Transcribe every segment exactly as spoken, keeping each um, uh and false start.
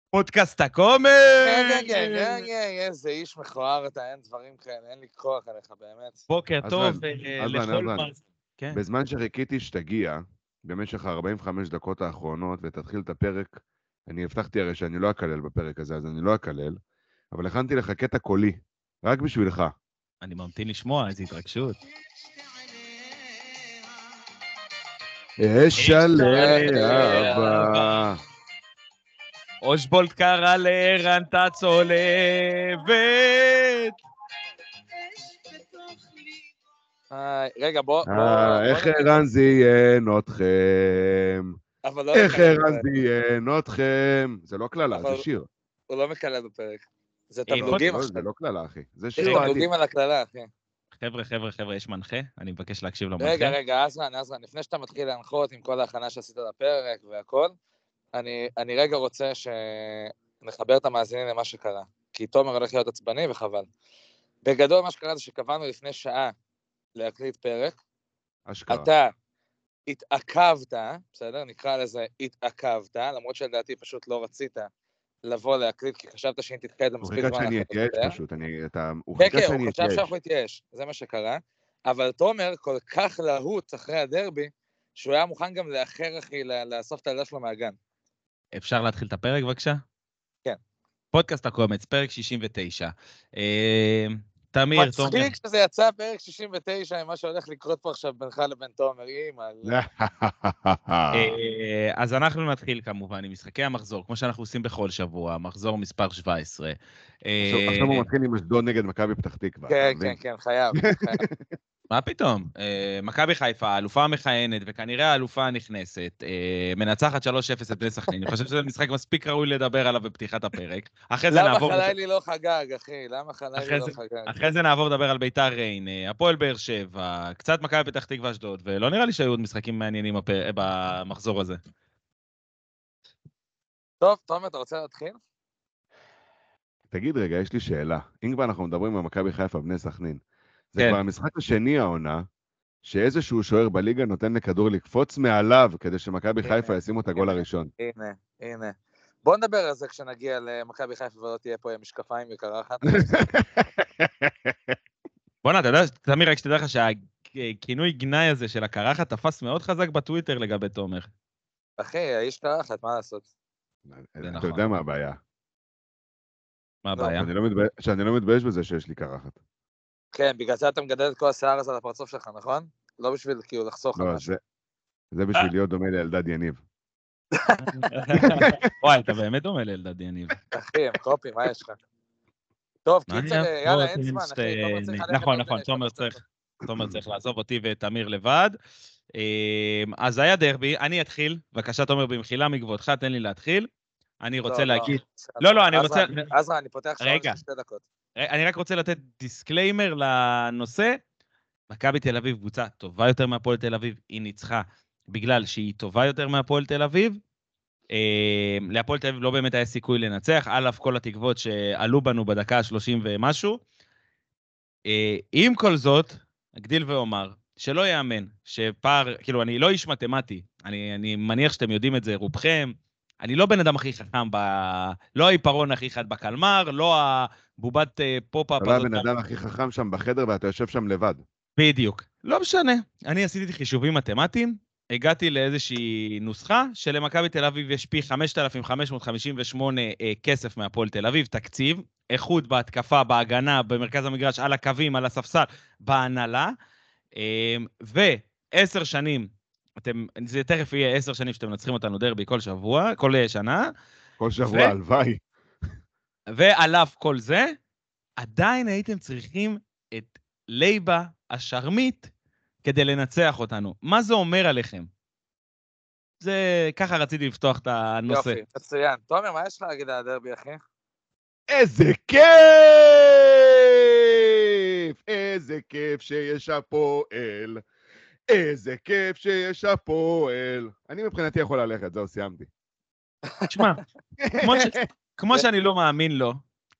פודקאסט הקומר! כן, כן, כן, כן, כן, איזה איש מכוער אתה, אין דברים כאלה, אין לי כוח עליך, באמת. בוקר טוב עזרן, לכל עזרן. מאז. כן. בזמן שחיכיתי שתגיע, במשך ה-ארבעים וחמש דקות האחרונות, ותתחיל את הפרק, אני הבטחתי הרי שאני לא אקלל בפרק הזה, אז אני לא אקלל, אבל הכנתי לך קטע קולי, רק בשבילך. אני ממתין לשמוע, איזו התרגשות. אש עלי אהבה. אושבולט קרא לערן את הצולבת. רגע, בוא... איך ערן זיין אתכם? איך ערן זיין אתכם? זה לא קללה, זה שיר. הוא לא מקלל בפרק. זה תמלוגים עכשיו. זה לא קללה, אחי. זה שיר. שיר. יש תמלוגים על הקללה, אחי. חבר'ה, חבר'ה, חבר'ה, יש מנחה? אני מבקש להקשיב למנחה. רגע, רגע, עזרן, עזרן, לפני שאתה מתחיל להנחות עם כל ההכנה שעשית לפרק והכל, אני, אני רגע רוצה שנחבר את המאזינים למה שקרה. כי תומר הולך להיות עצבני וחבל. בגדול מה שקרה זה שקבענו לפני שעה להקליט פרק. אשכרה. אתה התעכבת, בסדר? נקרא לזה התעכבת, למרות שלדעתי פשוט לא רצית לבוא להקליט, כי חשבת שאני תתקע את זה מספיק זמן. הוא חיכה שאני אתייאש פשוט, אני... הוא חיכה שאני אתייאש. הוא חשב שאנחנו אתייאש, זה מה שקרה. אבל תומר כל כך להוט אחרי הדרבי, שהוא היה מוכן גם לאחר, אחי, לאסוף את הילדה שלו מהגן. אפשר להתחיל את הפרק, בבקשה? כן. פודקאסט הקומץ, פרק שישים ותשע. תמיר, תומר. מצחיק שזה יצא פרק שישים ותשע, עם מה שהולך לקרות פה עכשיו בינך לבין תומר, אימא. אז אנחנו נתחיל כמובן עם משחקי המחזור, כמו שאנחנו עושים בכל שבוע, מחזור מספר שבע עשרה. עכשיו הוא מתחיל עם אשדוד נגד מכבי פתח תקווה. כן, כן, כן, חייב. מה פתאום? מכבי חיפה, האלופה המכהנת, וכנראה האלופה הנכנסת, מנצחת שלוש אפס את בני סכנין. אני חושב שזה משחק מספיק ראוי לדבר עליו בפתיחת הפרק. למה חלילי לא חגג, אחי? למה חלילי לא חגג? אחרי זה נעבור לדבר על ביתר ריין, הפועל באר שבע, קצת מכבי פתח תקווה אשדוד, ולא נראה לי שהיו עוד משחקים מעניינים במחזור הזה. טוב, תומר, אתה רוצה להתחיל? תגיד רגע, יש לי שאלה. אם כבר אנחנו מדברים על מכבי חיפה בני סכנין, זה כבר המשחק השני העונה, שאיזשהו שוער בליגה נותן לכדור לקפוץ מעליו, כדי שמכבי חיפה ישימו את הגול הראשון. הנה, הנה. בוא נדבר על זה כשנגיע למכבי חיפה ולא תהיה פה משקפיים וקרחת. בוא'נה, אתה יודע, תמיר, רק שתדע לך שהכינוי גנאי הזה של הקרחת תפס מאוד חזק בטוויטר לגבי תומר. אחי, האיש קרחת, מה לעשות? אתה יודע מה הבעיה? מה הבעיה? שאני לא מתבייש בזה שיש לי קרחת. כן, בגלל זה אתה מגדל את כל השיער הזה על הפרצוף שלך, נכון? לא בשביל כאילו לחסוך על משהו. זה בשביל להיות דומה לילדד יניב. וואי, אתה באמת דומה לילדד יניב. אחי, הם קופי, מה יש לך? טוב, קיצר, יאללה, אין זמן, אחי. נכון, נכון, תומר צריך לעזוב אותי ותמיר לבד. אז היה דרבי, אני אתחיל. בבקשה, תומר, במחילה מגבודך, תן לי להתחיל. אני רוצה להגיד... לא, לא, אני רוצה... עזרא, אני פותח רגע. שתי דקות. אני רק רוצה לתת דיסקליימר לנושא. מכבי תל אביב קבוצה טובה יותר מהפועל תל אביב, היא ניצחה בגלל שהיא טובה יותר מהפועל תל אביב. להפועל תל אביב לא באמת היה סיכוי לנצח, על אף כל התקוות שעלו בנו בדקה ה-שלושים ומשהו. עם כל זאת, אגדיל ואומר, שלא יאמן, שפער, כאילו, אני לא איש מתמטי, אני, אני מניח שאתם יודעים את זה, רובכם, אני לא בן אדם הכי חכם, ב... לא העיפרון הכי חד בקלמר, לא הבובת פופ-אפ. אתה לא הבן אדם הכי חכם שם בחדר ואתה יושב שם לבד. בדיוק. לא משנה. אני עשיתי חישובים מתמטיים, הגעתי לאיזושהי נוסחה, שלמכבי תל אביב יש פי חמשת אלפים חמש מאות חמישים ושמונה אה, כסף מהפועל תל אביב, תקציב, איכות בהתקפה, בהגנה, במרכז המגרש, על הקווים, על הספסל, בהנהלה, אה, ועשר שנים, אתם, זה תכף יהיה עשר שנים שאתם מנצחים אותנו דרבי כל שבוע, כל שנה. כל שבוע, הלוואי. ועל אף כל זה, עדיין הייתם צריכים את לייבה השרמית כדי לנצח אותנו. מה זה אומר עליכם? זה, ככה רציתי לפתוח את הנושא. יופי, מצוין. תומר, מה יש לך להגיד על הדרבי, אחי? איזה כיף! איזה כיף שיש הפועל. איזה כיף שיש הפועל. אני מבחינתי יכול ללכת, זהו, סיימתי. תשמע, כמו, ש... כמו שאני לא מאמין לו,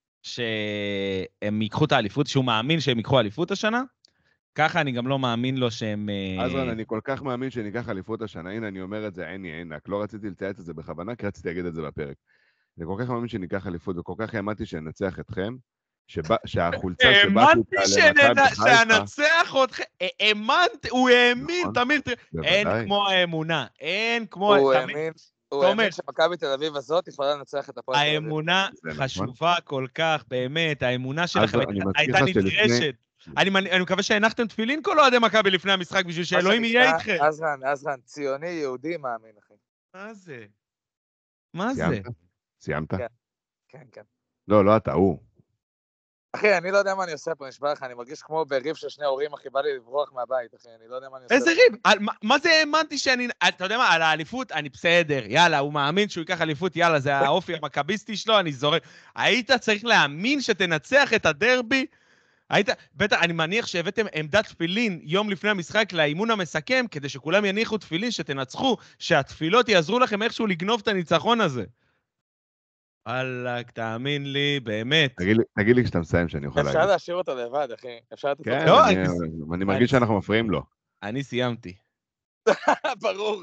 שהם ייקחו את האליפות, שהוא מאמין שהם ייקחו אליפות השנה, ככה אני גם לא מאמין לו שהם... עזרן, אני כל כך מאמין שניקח אליפות השנה, הנה אני אומר את זה, עיני עינק, לא רציתי לציית את זה בכוונה, כי רציתי להגיד את זה בפרק. אני כל כך מאמין שניקח אליפות, וכל כך האמנתי שננצח אתכם, שהחולצה שבאתי אותה למכבי חיפה... שננצח אותך, האמנת, הוא האמין, תמיר, אין כמו האמונה, אין כמו... הוא האמין, הוא האמין שמכבי תל אביב הזאת יכולה לנצח את הפועל תל אביב. האמונה חשובה כל כך, באמת, האמונה שלכם הייתה נדרשת. אני מקווה שהנחתם תפילין כל אוהדי מכבי לפני המשחק, בשביל שאלוהים יהיה איתכם. עזרן, עזרן, ציוני, יהודי, מאמין, אחי. מה זה? מה זה? סיימת? כן, כן. לא, לא אתה, הוא. אחי, אני לא יודע מה אני עושה פה, נשבע לך, אני מרגיש כמו בריב של שני הורים, אחי, בא לי לברוח מהבית, אחי, אני לא יודע מה אני עושה. איזה ריב? מה זה האמנתי שאני... אתה יודע מה, על האליפות, אני בסדר, יאללה, הוא מאמין שהוא ייקח אליפות, יאללה, זה האופי המכביסטי שלו, אני זורק. היית צריך להאמין שתנצח את הדרבי? היית... בטח, אני מניח שהבאתם עמדת תפילין יום לפני המשחק לאימון המסכם, כדי שכולם יניחו תפילין, שתנצחו, שהתפילות יעזרו לכם איכשהו לגנוב את הניצחון הזה. וואלק, תאמין לי, באמת. תגיד לי כשאתה מסיים שאני יכול להגיד. אפשר להשאיר אותו לבד, אחי. אפשר לתת אותו. כן, אני מרגיש שאנחנו מפריעים לו. אני סיימתי. ברור.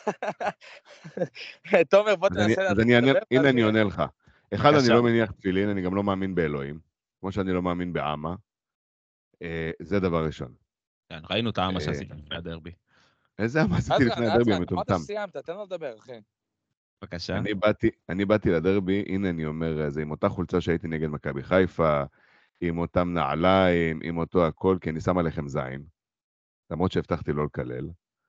תומר, בוא תנסה... אז הנה אני עונה לך. אחד, אני לא מניח תפילין, אני גם לא מאמין באלוהים, כמו שאני לא מאמין בעמה. זה דבר ראשון. כן, ראינו את העמה שעשיתי לפני הדרבי. איזה עמה עשיתי לפני הדרבי המטומטם? אמרת סיימת, תן לו לדבר, אחי. בבקשה. אני באתי, אני באתי לדרבי, הנה אני אומר, זה עם אותה חולצה שהייתי נגד מכבי חיפה, עם אותם נעליים, עם אותו הכל, כי אני שם עליכם זין, למרות שהבטחתי לא לקלל.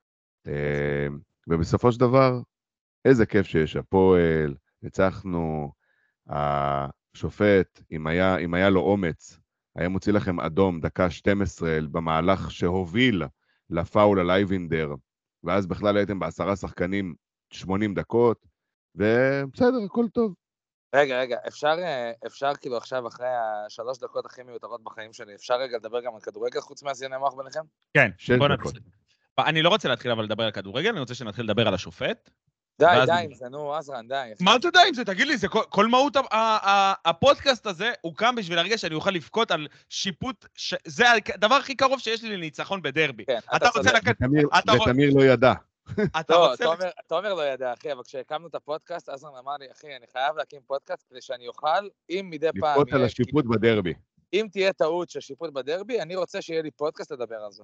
ובסופו של דבר, איזה כיף שיש הפועל, ניצחנו, השופט, אם היה, אם היה לו אומץ, היה מוציא לכם אדום, דקה שתים עשרה, במהלך שהוביל לפאול על אייבינדר, ואז בכלל הייתם בעשרה שחקנים שמונים דקות, ובסדר, הכל טוב. רגע, רגע, אפשר, אפשר כאילו עכשיו אחרי השלוש דקות הכי מיותרות בחיים שלי, אפשר רגע לדבר גם על כדורגל חוץ מהזיני מוח ביניכם? כן, בוא נתחיל. אני לא רוצה להתחיל אבל לדבר על כדורגל, אני רוצה שנתחיל לדבר על השופט. די, די עם זה, נו, עזרן, די. מה אתה יודע עם זה? תגיד לי, כל מהות הפודקאסט הזה הוקם בשביל הרגע שאני אוכל לבכות על שיפוט, זה הדבר הכי קרוב שיש לי לניצחון בדרבי. אתה רוצה לקחת... ותמיר לא ידע. לא, תומר לא ידע, אחי, אבל כשהקמנו את הפודקאסט, עזרן אמר לי, אחי, אני חייב להקים פודקאסט כדי שאני אוכל, אם מדי פעם... לבכות על השיפוט בדרבי. אם תהיה טעות של שיפוט בדרבי, אני רוצה שיהיה לי פודקאסט לדבר על זה.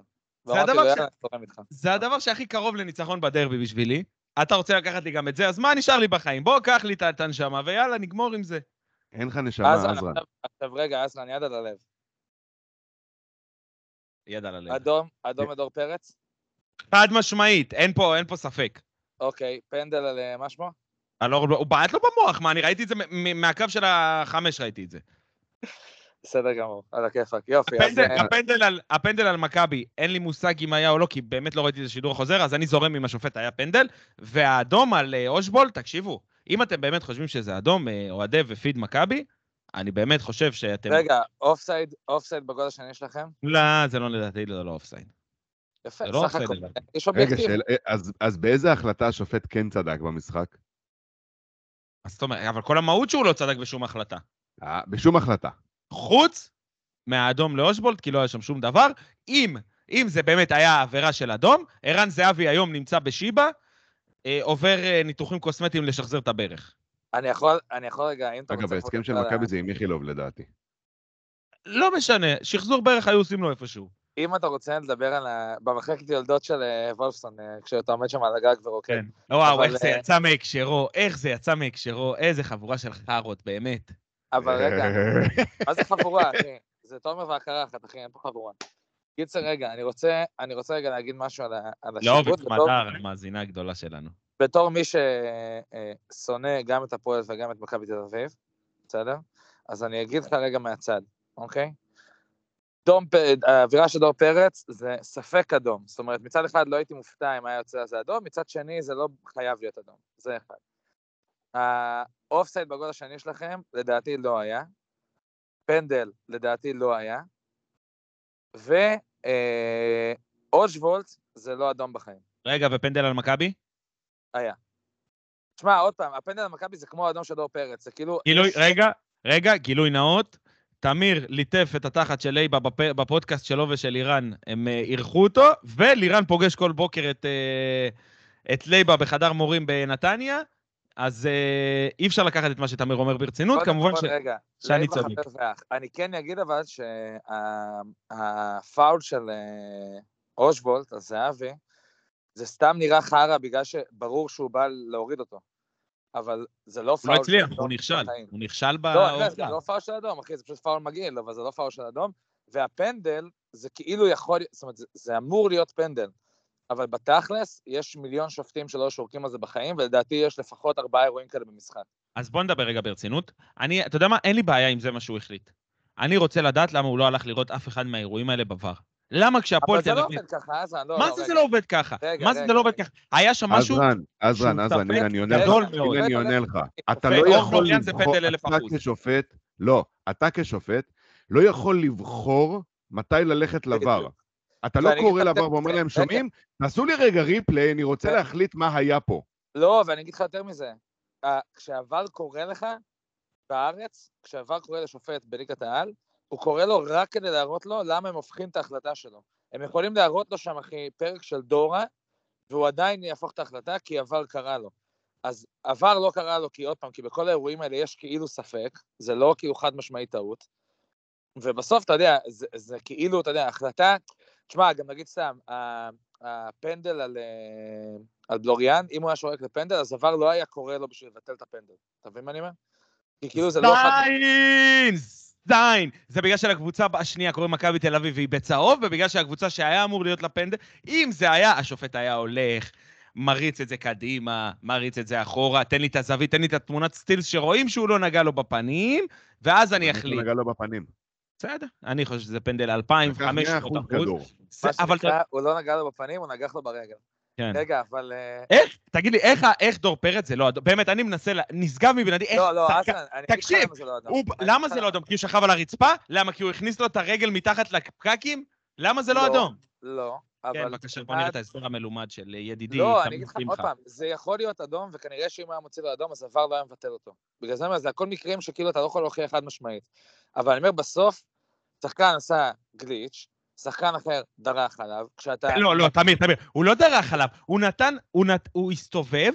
זה הדבר שהכי קרוב לניצחון בדרבי בשבילי. אתה רוצה לקחת לי גם את זה, אז מה נשאר לי בחיים? בוא, קח לי את הנשמה, ויאללה, נגמור עם זה. אין לך נשמה, עזרן. עכשיו רגע, עזרן, יד על הלב. יד על הלב. אדום, אדום לדור פרץ? חד משמעית, אין פה, אין פה ספק. אוקיי, פנדל על מה שמו? הוא בעט לו במוח, מה, אני ראיתי את זה, מהקו של החמש ראיתי את זה. בסדר גמור, על הכיפק, יופי. הפנדל על מכבי, אין לי מושג אם היה או לא, כי באמת לא ראיתי את השידור החוזר, אז אני זורם עם השופט, היה פנדל, והאדום על אושבולט, תקשיבו, אם אתם באמת חושבים שזה אדום, אוהדי ופיד מכבי, אני באמת חושב שאתם... רגע, אופסייד, אופסייד בגול השני שלכם? לא, זה לא לדעתי, זה לא אופסייד. יפה, סך הכל. רגע, אז באיזה החלטה השופט כן צדק במשחק? אז זאת אומרת, אבל כל המהות שהוא לא צדק בשום החלטה. בשום החלטה. חוץ מהאדום לאושבולט, כי לא היה שם שום דבר. אם, אם זה באמת היה עבירה של אדום, ערן זהבי היום נמצא בשיבה, אה, עובר אה, ניתוחים קוסמטיים לשחזר את הברך. אני יכול, אני יכול רגע, אם אתה רוצה... אגב, בהסכם של מכבי זה עם מיכילוב לדעתי. לא משנה, שחזור ברך היו עושים לו איפשהו. אם אתה רוצה לדבר על ה... במחלקת יולדות של וולפסון, כשאתה עומד שם על הגג ורוקד. כן. וואו, איך זה יצא מהקשרו, איך זה יצא מהקשרו, איזה חבורה של חרות, באמת. אבל רגע, מה זה חבורה, אחי? זה תומר והקרחת, אחי, אין פה חבורה. קיצר, רגע, אני רוצה, אני רוצה רגע להגיד משהו על השיפוט. לא, וצמדר, המאזינה הגדולה שלנו. בתור מי ששונא גם את הפועל וגם את מכבי תל אביב, בסדר? אז אני אגיד לך רגע מהצד, אוקיי? האווירה של דור פרץ זה ספק אדום. זאת אומרת, מצד אחד לא הייתי מופתע אם היה יוצא לזה אדום, מצד שני זה לא חייב להיות אדום. זה אחד. האופסייד בגול השני שלכם, לדעתי לא היה. פנדל, לדעתי לא היה. ואושבולט, זה לא אדום בחיים. רגע, ופנדל על מכבי? היה. תשמע, עוד פעם, הפנדל על מכבי זה כמו האדום של דור פרץ. זה כאילו... גילוי, רגע, רגע, גילוי נאות. תמיר ליטף את התחת של לייבה בפודקאסט שלו ושל לירן. הם אירחו אותו, ולירן פוגש כל בוקר את... את לייבה בחדר מורים בנתניה, אז אה, אי אפשר לקחת את מה שתמיר אומר ברצינות, כמובן ש... רגע, שאני צודק. אני כן אגיד אבל שהפאול של אושבולט, הזהבי, זה סתם נראה חרא בגלל שברור שהוא בא להוריד אותו. אבל זה לא פאול של אדום. הוא לא הצליח, הוא נכשל. הוא נכשל בהורדה. לא, זה לא פאול של אדום, אחי, זה פשוט פאול מגעיל, אבל זה לא פאול של אדום. והפנדל, זה כאילו יכול, זאת אומרת, זה אמור להיות פנדל. אבל בתכלס, יש מיליון שופטים שלא שורקים על זה בחיים, ולדעתי יש לפחות ארבעה אירועים כאלה במשחק. אז בוא נדבר רגע ברצינות. אני, אתה יודע מה? אין לי בעיה עם זה מה שהוא החליט. אני רוצה לדעת למה הוא לא הלך לראות אף אחד מהאירועים האלה בעבר. למה כשהפועל תל אביב... אבל זה לא עובד ככה, עזרן, לא, מה לא, זה רגע. זה לא עובד ככה? רגע, מה זה רגע, זה לא רגע. עובד ככה? היה שם משהו... עזרן, עזרן, שהוא עזרן, הנה אני עונה לך. גדול מאוד. הנה אני עונה לך. אתה אוקיי, לא אור יכול בלוריאן זה לבחור, פנדל אלף אתה אחוז. כשופט, לא, אתה כשופט, לא יכול לבחור מתי ללכת לבר. אתה לא ואני קורא אגיד לך לבר יותר ואומר מזה, להם, רגע. שומעים? תעשו לי רגע ריפליי, אני רוצה רגע. להחליט מה היה פה. לא, ואני אגיד לך יותר מזה. אה, כשהעבר קורא לך, בארץ, כשהעבר קורא לשופט בליגת העל, הוא קורא לו רק כדי להראות לו למה הם הופכים את ההחלטה שלו. הם יכולים להראות לו שם, אחי, פרק של דורה, והוא עדיין יהפוך את ההחלטה, כי עבר קרא לו. אז עבר לא קרא לו, כי עוד פעם, כי בכל האירועים האלה יש כאילו ספק, זה לא כאילו חד משמעי טעות, ובסוף, אתה יודע, זה, זה כאילו, אתה יודע, החלטה, תשמע, גם נגיד סתם, הפנדל על, על בלוריאן, אם הוא היה שורק לפנדל, אז עבר לא היה קורא לו בשביל לבטל את הפנדל. אתה מבין מה אני אומר? כי כאילו זה לא חד... זין! זין! זה בגלל שלקבוצה השנייה קוראים מכבי תל אביב והיא בצהוב, ובגלל שהקבוצה שהיה אמור להיות לפנדל, אם זה היה, השופט היה הולך, מריץ את זה קדימה, מריץ את זה אחורה, תן לי את הזווית, תן לי את התמונת סטילס שרואים שהוא לא נגע לו בפנים, ואז אני אחליט. הוא נגע לו בפנים. בסדר, אני חושב שזה פנדל אלפיים וחמש מאות אחוז. הוא לא נגע לו בפנים, הוא נגח לו ברגל. רגע, אבל... איך? תגיד לי, איך דור פרץ זה לא אדום? באמת, אני מנסה, נשגב מבינתי, איך... לא, לא, אסן, אני אגיד לך למה זה לא אדום. למה זה לא אדום? כי הוא שכב על הרצפה? למה? כי הוא הכניס לו את הרגל מתחת לפקקים? למה זה לא אדום? לא, אבל... כן, בבקשה, בוא נראה את ההסבר המלומד של ידידי. לא, אני אגיד לך עוד פעם, זה יכול להיות אדום, וכנראה שאם הוא היה מוציא לו אדום, אז עבר לא היה מבטל אותו. בגלל זה, זה הכל מקרים שכאילו אתה לא יכול להוכיח חד משמעית. אבל אני אומר, בסוף, שחקן עשה גליץ', שחקן אחר דרך עליו, כשאתה... לא, לא, תמיר, תמיר, הוא לא דרך עליו, הוא נתן, הוא, נת, הוא הסתובב,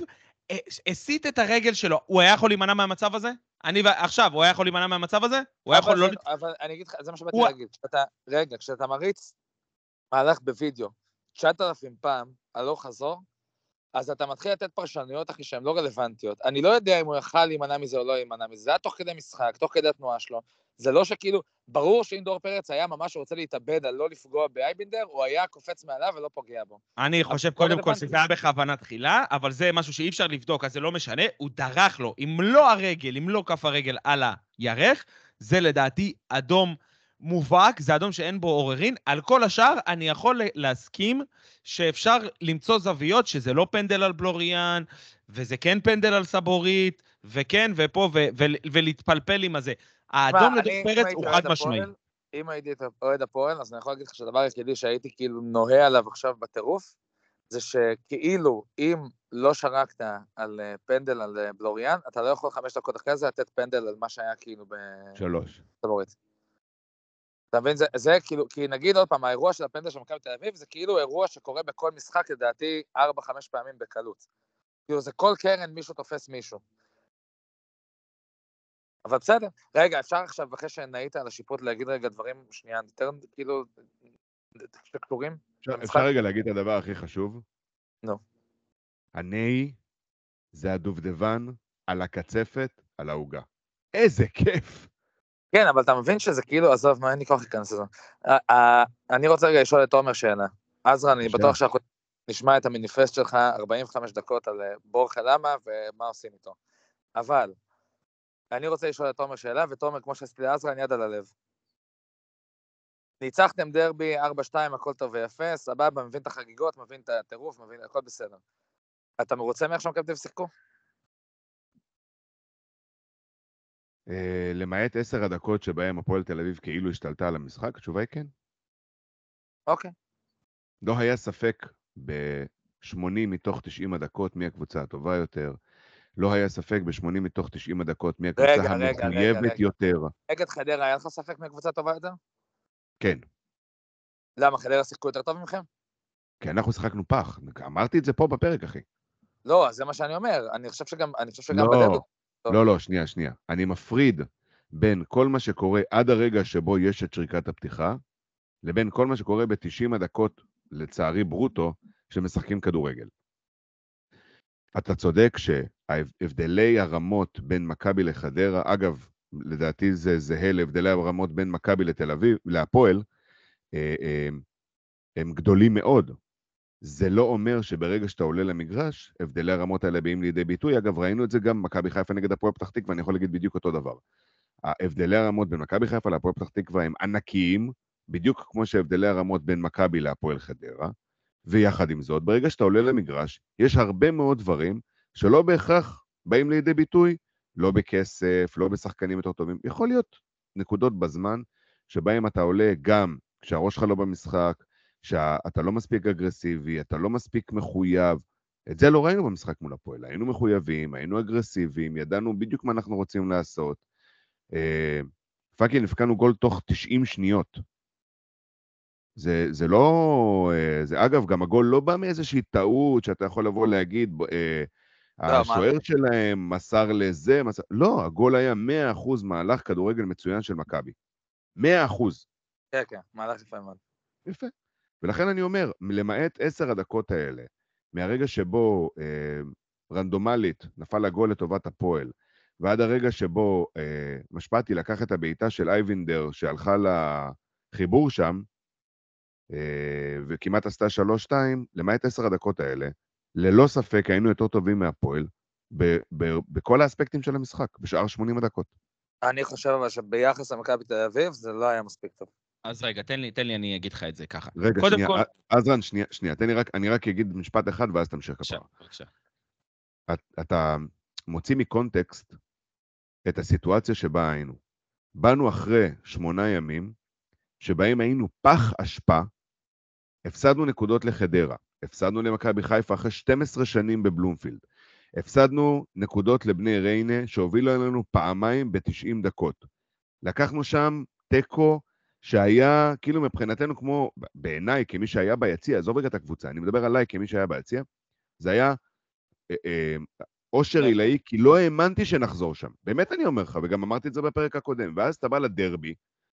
הסיט את הרגל שלו, הוא היה יכול להימנע מהמצב הזה? אני, עכשיו, הוא היה יכול להימנע מהמצב הזה? הוא היה יכול זה, לא... אבל אני אגיד לך, זה מה שבאתי הוא... להגיד, כשאתה, רגע, כשאתה מריץ מהלך בווידאו, תשעת אלפים פעם, הלוך חזור, אז אתה מתחיל לתת פרשנויות, אחי, שהן לא רלוונטיות. אני לא יודע אם הוא יכל להימנע מזה או לא להימנע מזה, זה היה תוך כדי משחק, תוך כדי התנועה שלו. זה לא שכאילו, ברור שאם דור פרץ היה ממש רוצה להתאבד על לא לפגוע באייבינדר, הוא היה קופץ מעליו ולא פוגע בו. אני חושב קודם כל שזה היה בכוונה תחילה, אבל זה משהו שאי אפשר לבדוק, אז זה לא משנה, הוא דרך לו, אם לא הרגל, אם לא כף הרגל על הירך, זה לדעתי אדום מובהק, זה אדום שאין בו עוררין. על כל השאר אני יכול להסכים שאפשר למצוא זוויות שזה לא פנדל על בלוריאן, וזה כן פנדל על סבורית, וכן, ופה, ו- ו- ולהתפלפל עם הזה. האדום לדור פרץ הוא חד משמעי. אם הייתי אוהד הפועל, אז אני יכול להגיד לך שהדבר היחידי שהייתי כאילו נוהה עליו עכשיו בטירוף, זה שכאילו אם לא שרקת על פנדל על בלוריאן, אתה לא יכול חמש דקות אחרי זה לתת פנדל על מה שהיה כאילו שלוש. בסבורית. אתה מבין, זה, זה כאילו, כי נגיד עוד פעם, האירוע של הפנדל של מכבי תל אביב, זה כאילו אירוע שקורה בכל משחק, לדעתי, ארבע, חמש פעמים בקלות. כאילו, זה כל קרן מישהו תופס מישהו. אבל בסדר. רגע, אפשר עכשיו, אחרי שנהיית על השיפוט, להגיד רגע דברים, שנייה, יותר כאילו, שקטורים? אפשר, אפשר רגע להגיד את הדבר הכי חשוב? נו. הנאי זה הדובדבן על הקצפת, על ההוגה. איזה כיף! כן, אבל אתה מבין שזה כאילו, עזוב, מה אין לי כוח להיכנס לזה. אני רוצה רגע לשאול את תומר שאלה. עזרן, אני בטוח שאנחנו נשמע את המניפסט שלך ארבעים וחמש דקות על בורחה למה ומה עושים איתו. אבל, אני רוצה לשאול את תומר שאלה, ותומר, כמו שעשיתי לעזרן, יד על הלב. ניצחתם דרבי ארבע שתיים, הכל טוב ויפה, סבבה, מבין את החגיגות, מבין את הטירוף, מבין, הכל בסדר. אתה מרוצה מאיך שמכבי תל אביב שיחקו? למעט עשר הדקות שבהם הפועל תל אביב כאילו השתלטה על המשחק, התשובה היא כן. אוקיי. לא היה ספק ב-שמונים מתוך תשעים הדקות מי הקבוצה הטובה יותר, לא היה ספק ב-שמונים מתוך תשעים הדקות מי הקבוצה המחויבת יותר. נגד חדרה, היה לך ספק מי הקבוצה הטובה יותר? כן. למה, חדרה שיחקו יותר טוב ממכם? כי אנחנו שיחקנו פח, אמרתי את זה פה בפרק, אחי. לא, זה מה שאני אומר. אני חושב שגם, אני חושב שגם לא, בדרבי... לא, לא, שנייה, שנייה. אני מפריד בין כל מה שקורה עד הרגע שבו יש את שריקת הפתיחה, לבין כל מה שקורה ב-תשעים הדקות, לצערי ברוטו, שמשחקים כדורגל. אתה צודק שההבדלי הרמות בין מכבי לחדרה, אגב, לדעתי זה זהה להבדלי הרמות בין מכבי לתל אביב, להפועל, הם גדולים מאוד. זה לא אומר שברגע שאתה עולה למגרש, הבדלי הרמות האלה באים לידי ביטוי. אגב, ראינו את זה גם מכבי חיפה נגד הפועל פתח תקווה, ואני יכול להגיד בדיוק אותו דבר. ההבדלי הרמות בין מכבי חיפה להפועל פתח תקווה הם ענקיים, בדיוק כמו שהבדלי הרמות בין מכבי להפועל חדרה, ויחד עם זאת, ברגע שאתה עולה למגרש, יש הרבה מאוד דברים שלא בהכרח באים לידי ביטוי, לא בכסף, לא בשחקנים יותר טובים. יכול להיות נקודות בזמן שבהם אתה עולה גם כשהראש שלך לא במשחק, שאתה לא מספיק אגרסיבי, אתה לא מספיק מחויב. את זה לא ראינו במשחק מול הפועל. היינו מחויבים, היינו אגרסיביים, ידענו בדיוק מה אנחנו רוצים לעשות. אה, פאקינג, הפקענו גול תוך תשעים שניות. זה, זה לא... זה, אגב, גם הגול לא בא מאיזושהי טעות שאתה יכול לבוא להגיד, אה, השוער שלהם מסר לזה, מסר... לא, הגול היה מאה אחוז מהלך כדורגל מצוין של מכבי. מאה אחוז. כן, כן, מהלך יפה מאוד. יפה. ולכן אני אומר, למעט עשר הדקות האלה, מהרגע שבו אה, רנדומלית נפל הגול לטובת הפועל, ועד הרגע שבו אה, משפטי לקח את הבעיטה של אייבינדר שהלכה לחיבור שם, אה, וכמעט עשתה שלוש שתיים, למעט עשר הדקות האלה, ללא ספק היינו יותר טובים מהפועל, ב- ב- בכל האספקטים של המשחק, בשאר שמונים הדקות. אני חושב אבל שביחס למכבי תל אביב, זה לא היה מספיק טוב. אז רגע, תן לי, תן לי, אני אגיד לך את זה ככה. רגע, קודם שנייה, כל... עזרן, שנייה, שנייה, תן לי רק, אני רק אגיד משפט אחד, ואז תמשיך כפרה. בבקשה. את, אתה מוציא מקונטקסט את הסיטואציה שבה היינו. באנו אחרי שמונה ימים, שבהם היינו פח אשפה, הפסדנו נקודות לחדרה, הפסדנו למכבי חיפה אחרי שתים עשרה שנים בבלומפילד, הפסדנו נקודות לבני ריינה, שהובילו אלינו פעמיים ב-תשעים דקות. לקחנו שם טקו, שהיה כאילו מבחינתנו כמו, בעיניי כמי שהיה ביציע, עזוב רגע את הקבוצה, אני מדבר עליי כמי שהיה ביציע, זה היה אה, אה, אושר עילאי, כי לא האמנתי שנחזור שם. באמת אני אומר לך, וגם אמרתי את זה בפרק הקודם, ואז אתה בא לדרבי,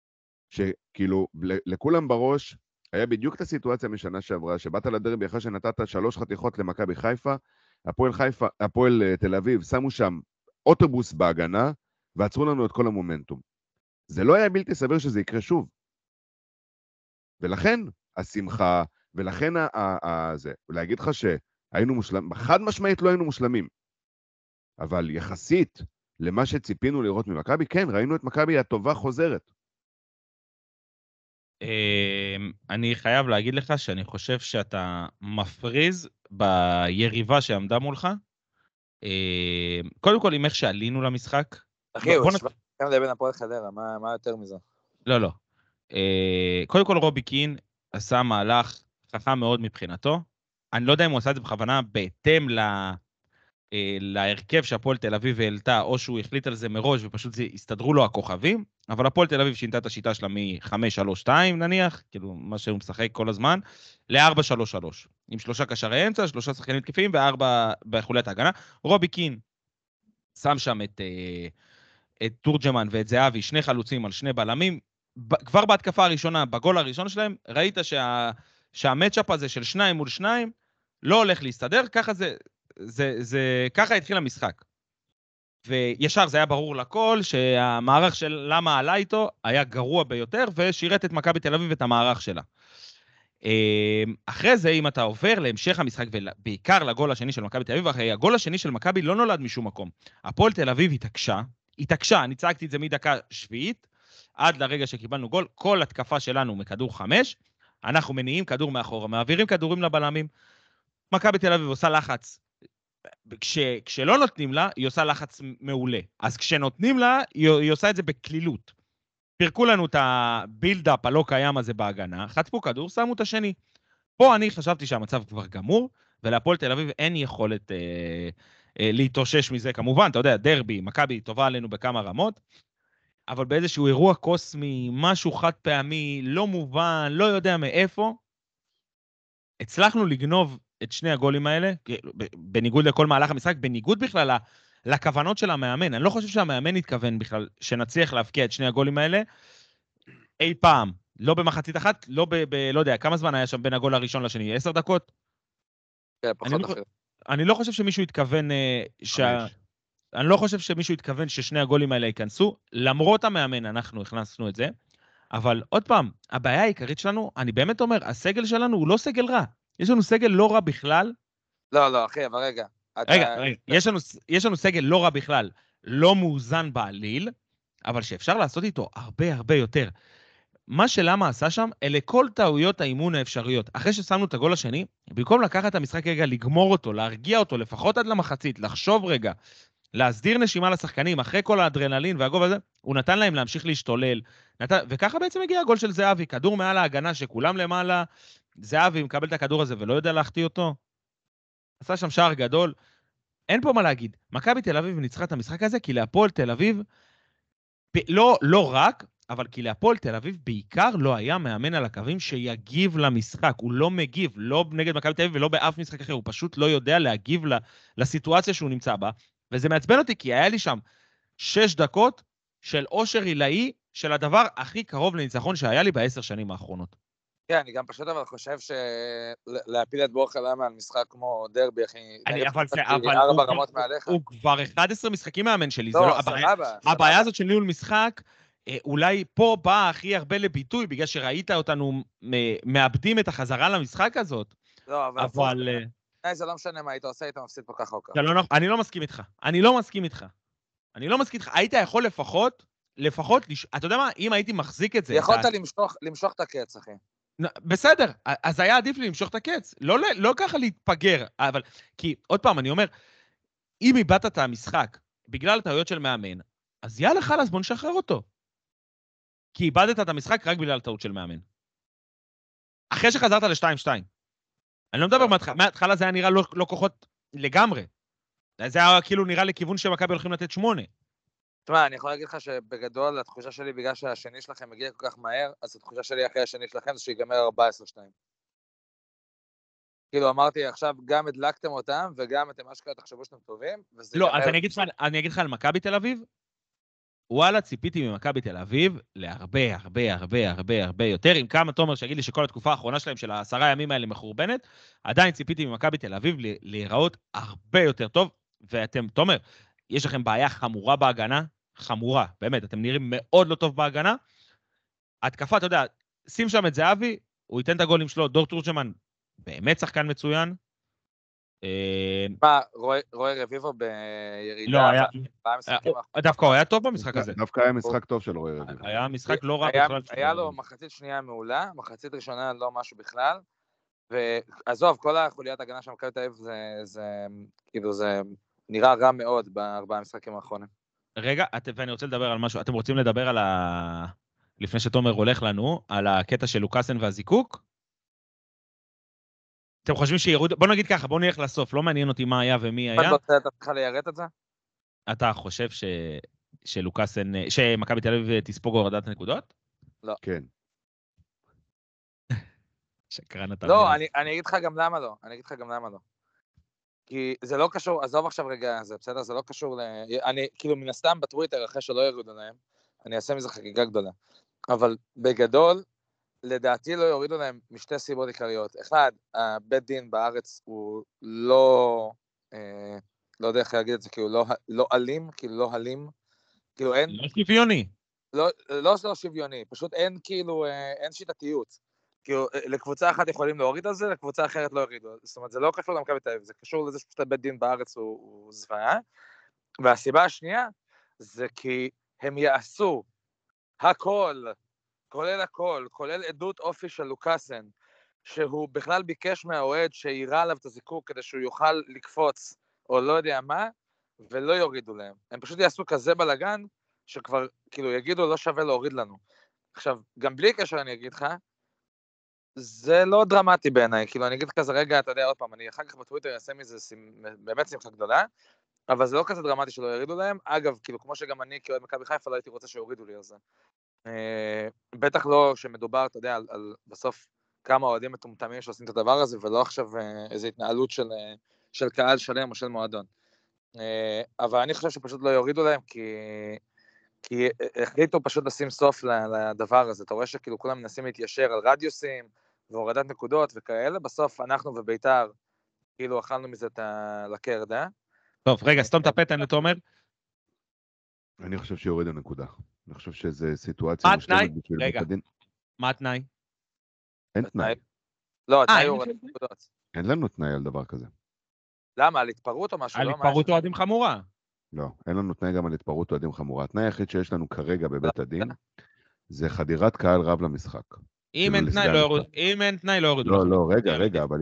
שכאילו לכולם בראש, היה בדיוק את הסיטואציה משנה שעברה, שבאת לדרבי אחרי שנתת שלוש חתיכות למכבי חיפה, הפועל חיפה, הפועל תל אביב, שמו שם אוטובוס בהגנה, ועצרו לנו את כל המומנטום. זה לא היה בלתי סביר שזה יקרה שוב. ולכן השמחה, ולכן זה, ולהגיד לך שהיינו מושלמים, חד משמעית לא היינו מושלמים, אבל יחסית למה שציפינו לראות ממכבי, כן, ראינו את מכבי הטובה חוזרת. אני חייב להגיד לך שאני חושב שאתה מפריז ביריבה שעמדה מולך. קודם כל, עם איך שעלינו למשחק. אחי, הוא שווה גם לבין הפועל חדרה, מה יותר מזה? לא, לא. קודם כל, רובי קין עשה מהלך חכם מאוד מבחינתו. אני לא יודע אם הוא עשה את זה בכוונה בהתאם ל... להרכב שהפועל תל אביב העלתה, או שהוא החליט על זה מראש, ופשוט הסתדרו לו הכוכבים, אבל הפועל תל אביב שינתה את השיטה שלה מ-חמש שלוש שתיים נניח, כאילו מה שהוא משחק כל הזמן, ל-ארבע שלוש שלוש, עם שלושה קשרי אמצע, שלושה שחקנים תקפיים, וארבע בחוליית ההגנה. רובי קין שם שם את, את תורג'מן ואת זהבי, שני חלוצים על שני בלמים, כבר בהתקפה הראשונה, בגול הראשון שלהם, ראית שה, שהמצ'אפ הזה של שניים מול שניים, לא הולך להסתדר, ככה זה, זה, זה, ככה התחיל המשחק. וישר זה היה ברור לכל, שהמערך של למה עלה איתו היה גרוע ביותר, ושירת את מכבי תל אביב את המערך שלה. אחרי זה, אם אתה עובר להמשך המשחק, ובעיקר לגול השני של מכבי תל אביב, אחרי הגול השני של מכבי לא נולד משום מקום. הפועל תל אביב התעקשה, התעקשה, אני צעקתי את זה מדקה שביעית, עד לרגע שקיבלנו גול, כל התקפה שלנו מכדור חמש, אנחנו מניעים כדור מאחורה, מעבירים כדורים לבלמים, מכבי תל אביב עושה לחץ, כש, כשלא נותנים לה, היא עושה לחץ מעולה, אז כשנותנים לה, היא, היא עושה את זה בכלילות. פירקו לנו את הבילדאפ הלא קיים הזה בהגנה, חטפו כדור, שמו את השני. פה אני חשבתי שהמצב כבר גמור, ולהפועל תל אביב אין יכולת אה, אה, להתאושש מזה, כמובן, אתה יודע, דרבי, מכבי טובה עלינו בכמה רמות, אבל באיזשהו אירוע קוסמי, משהו חד פעמי, לא מובן, לא יודע מאיפה, הצלחנו לגנוב את שני הגולים האלה, בניגוד לכל מהלך המשחק, בניגוד בכלל לכוונות של המאמן. אני לא חושב שהמאמן התכוון בכלל שנצליח להפקיע את שני הגולים האלה אי פעם. לא במחצית אחת, לא ב... ב לא יודע, כמה זמן היה שם בין הגול הראשון לשני? עשר דקות? כן, פחות אפילו. אני לא חושב שמישהו התכוון... שה... אני לא חושב שמישהו התכוון ששני הגולים האלה ייכנסו, למרות המאמן אנחנו הכנסנו את זה, אבל עוד פעם, הבעיה העיקרית שלנו, אני באמת אומר, הסגל שלנו הוא לא סגל רע. יש לנו סגל לא רע בכלל. לא, לא, אחי, אבל רגע. רגע, רגע, יש לנו, יש לנו סגל לא רע בכלל, לא מאוזן בעליל, אבל שאפשר לעשות איתו הרבה הרבה יותר. מה שלמה עשה שם, אלה כל טעויות האימון האפשריות. אחרי ששמנו את הגול השני, במקום לקחת את המשחק רגע, לגמור אותו, להרגיע אותו, לפחות עד למחצית, לחשוב רגע, להסדיר נשימה לשחקנים, אחרי כל האדרנלין והגוב הזה, הוא נתן להם להמשיך להשתולל. נתן, וככה בעצם הגיע הגול של זהבי, כדור מעל ההגנה שכולם למעלה, זהבי מקבל את הכדור הזה ולא יודע להחטיא אותו. עשה שם שער גדול. אין פה מה להגיד. מכבי תל אביב ניצחה את המשחק הזה, כי להפועל תל אביב, לא, לא רק, אבל כי להפועל תל אביב בעיקר לא היה מאמן על הקווים שיגיב למשחק. הוא לא מגיב, לא נגד מכבי תל אביב ולא באף משחק אחר, הוא פשוט לא יודע להגיב לסיטואציה שהוא נמצא בה. וזה מעצבן אותי, כי היה לי שם שש דקות של אושר עילאי, של הדבר הכי קרוב לניצחון שהיה לי בעשר שנים האחרונות. כן, אני גם פשוט אבל חושב שלהפיל את בורחה למה על משחק כמו דרבי, אחי, ארבע רמות מעליך. הוא כבר אחד עשר משחקים מאמן שלי. לא, סבבה. הבעיה הזאת של ניהול משחק, אולי פה בא הכי הרבה לביטוי, בגלל שראית אותנו מאבדים את החזרה למשחק הזאת. לא, אבל... זה לא משנה מה היית עושה, היית מפסיד פה ככה או ככה. אני לא מסכים איתך. אני לא מסכים איתך. אני לא מסכים איתך. היית יכול לפחות, לפחות, אתה יודע מה? אם הייתי מחזיק את זה... יכולת למשוך את הקץ, אחי. בסדר, אז היה עדיף לי למשוך את הקץ. לא, לא ככה להתפגר, אבל... כי, עוד פעם, אני אומר, אם איבדת את המשחק בגלל טעויות של מאמן, אז יאללה חלאס, בוא נשחרר אותו. כי איבדת את המשחק רק בגלל טעות של מאמן. אחרי שחזרת ל-שתיים שתיים. אני לא מדבר מההתחלה, זה היה נראה לא, לא כוחות לגמרי. זה היה כאילו נראה לכיוון שמכבי הולכים לתת שמונה. תשמע, אני יכול להגיד לך שבגדול, התחושה שלי, בגלל שהשני שלכם מגיע כל כך מהר, אז התחושה שלי אחרי השני שלכם זה שיגמר ארבע עשרה שתיים. כאילו אמרתי, עכשיו גם הדלקתם אותם, וגם אתם אשכרה תחשבו שאתם טובים, וזה לא, יגמר... אז אני אגיד לך, אני אגיד לך על מכבי תל אביב, וואלה, ציפיתי ממכבי תל אביב להרבה, הרבה, הרבה, הרבה, הרבה יותר. עם כמה תומר שיגיד לי שכל התקופה האחרונה שלהם, של העשרה ימים האלה מחורבנת, עדיין ציפיתי ממכבי תל אביב להיראות הרבה יותר טוב, ואתם, תומר, יש לכם בעיה חמורה בהגנה, חמורה, באמת, אתם נראים מאוד לא טוב בהגנה. התקפה, אתה יודע, שים שם את זהבי, הוא ייתן את הגולים שלו, דור תורג'מן, באמת שחקן מצוין. מה, רועי רביבו בירידה? לא, היה... דווקא הוא היה טוב במשחק הזה. דווקא היה משחק טוב של רועי רביבו. היה משחק לא רע בכלל. היה לו מחצית שנייה מעולה, מחצית ראשונה לא משהו בכלל, ועזוב, כל החוליית הגנה של מכבי תל אביב זה, כאילו, זה נראה רע מאוד בארבעה המשחקים האחרונים. רגע, ואני רוצה לדבר על משהו, אתם רוצים לדבר על ה... לפני שתומר הולך לנו, על הקטע של לוקאסן והזיקוק? אתם חושבים שירוד... בוא נגיד ככה, בוא נלך לסוף, לא מעניין אותי מה היה ומי היה. אתה צריך ליירט את זה? אתה חושב ש... שלוקאסן, שמכבי תל אביב תספוג הורדת נקודות? לא. כן. שקרן אתה. לא, אני, אני אגיד לך גם למה לא, אני אגיד לך גם למה לא. כי זה לא קשור, עזוב עכשיו רגע, זה בסדר, זה לא קשור ל... אני, כאילו, מן הסתם בטוויטר, אחרי שלא יורידו להם, אני אעשה מזה חגיגה גדולה. אבל בגדול, לדעתי לא יורידו להם משתי סיבות עיקריות. אחד, הבית דין בארץ הוא לא, אה, לא יודע איך להגיד את זה, כאילו לא, לא אלים, כאילו לא הלים, כאילו אין... לא שוויוני. לא, לא, לא שוויוני, פשוט אין כאילו, אה, אין שיטתיות. כאילו, לקבוצה אחת יכולים להוריד על זה, לקבוצה אחרת לא יורידו. זאת אומרת, זה לא קשור למכבי תל אביב, זה קשור לזה שפשוט הבית דין בארץ הוא, הוא זוועה. והסיבה השנייה, זה כי הם יעשו הכל, כולל הכל, כולל עדות אופי של לוקאסן, שהוא בכלל ביקש מהאוהד שיראה עליו את הזיקוק כדי שהוא יוכל לקפוץ, או לא יודע מה, ולא יורידו להם. הם פשוט יעשו כזה בלגן, שכבר, כאילו, יגידו, לא שווה להוריד לנו. עכשיו, גם בלי קשר אני אגיד לך, זה לא דרמטי בעיניי, כאילו, אני אגיד כזה רגע, אתה יודע, עוד פעם, אני אחר כך בטוויטר אעשה מזה באמת שמחה גדולה, אבל זה לא כזה דרמטי שלא יורידו להם. אגב, כאילו, כמו שגם אני, כאוהד מכבי חיפה, לא הייתי רוצה שיורידו לי על זה. בטח לא שמדובר, אתה יודע, על, על בסוף כמה אוהדים מטומטמים שעושים את הדבר הזה, ולא עכשיו איזו התנהלות של, של קהל שלם או של מועדון. אבל אני חושב שפשוט לא יורידו להם, כי, כי החליטו פשוט לשים סוף לדבר הזה. אתה רואה שכאילו כולם מנסים להתיישר על רדיוסים, והורדת נקודות וכאלה, בסוף אנחנו וביתר, כאילו אכלנו מזה את הלקרדה. טוב, רגע, סתום את הפתן לתומר. אני חושב שיוריד הנקודה. אני חושב שזו סיטואציה... מה התנאי? רגע, מה התנאי? אין תנאי. לא, התנאי הוא הורדת נקודות. אין לנו תנאי על דבר כזה. למה? על התפרעות או משהו? על התפרעות אוהדים חמורה. לא, אין לנו תנאי גם על התפרעות אוהדים חמורה. התנאי היחיד שיש לנו כרגע בבית הדין, זה חדירת קהל רב למשחק. אם אין תנאי לא יורידו. אם אין תנאי לא יורידו. לא, לא, רגע, רגע, אבל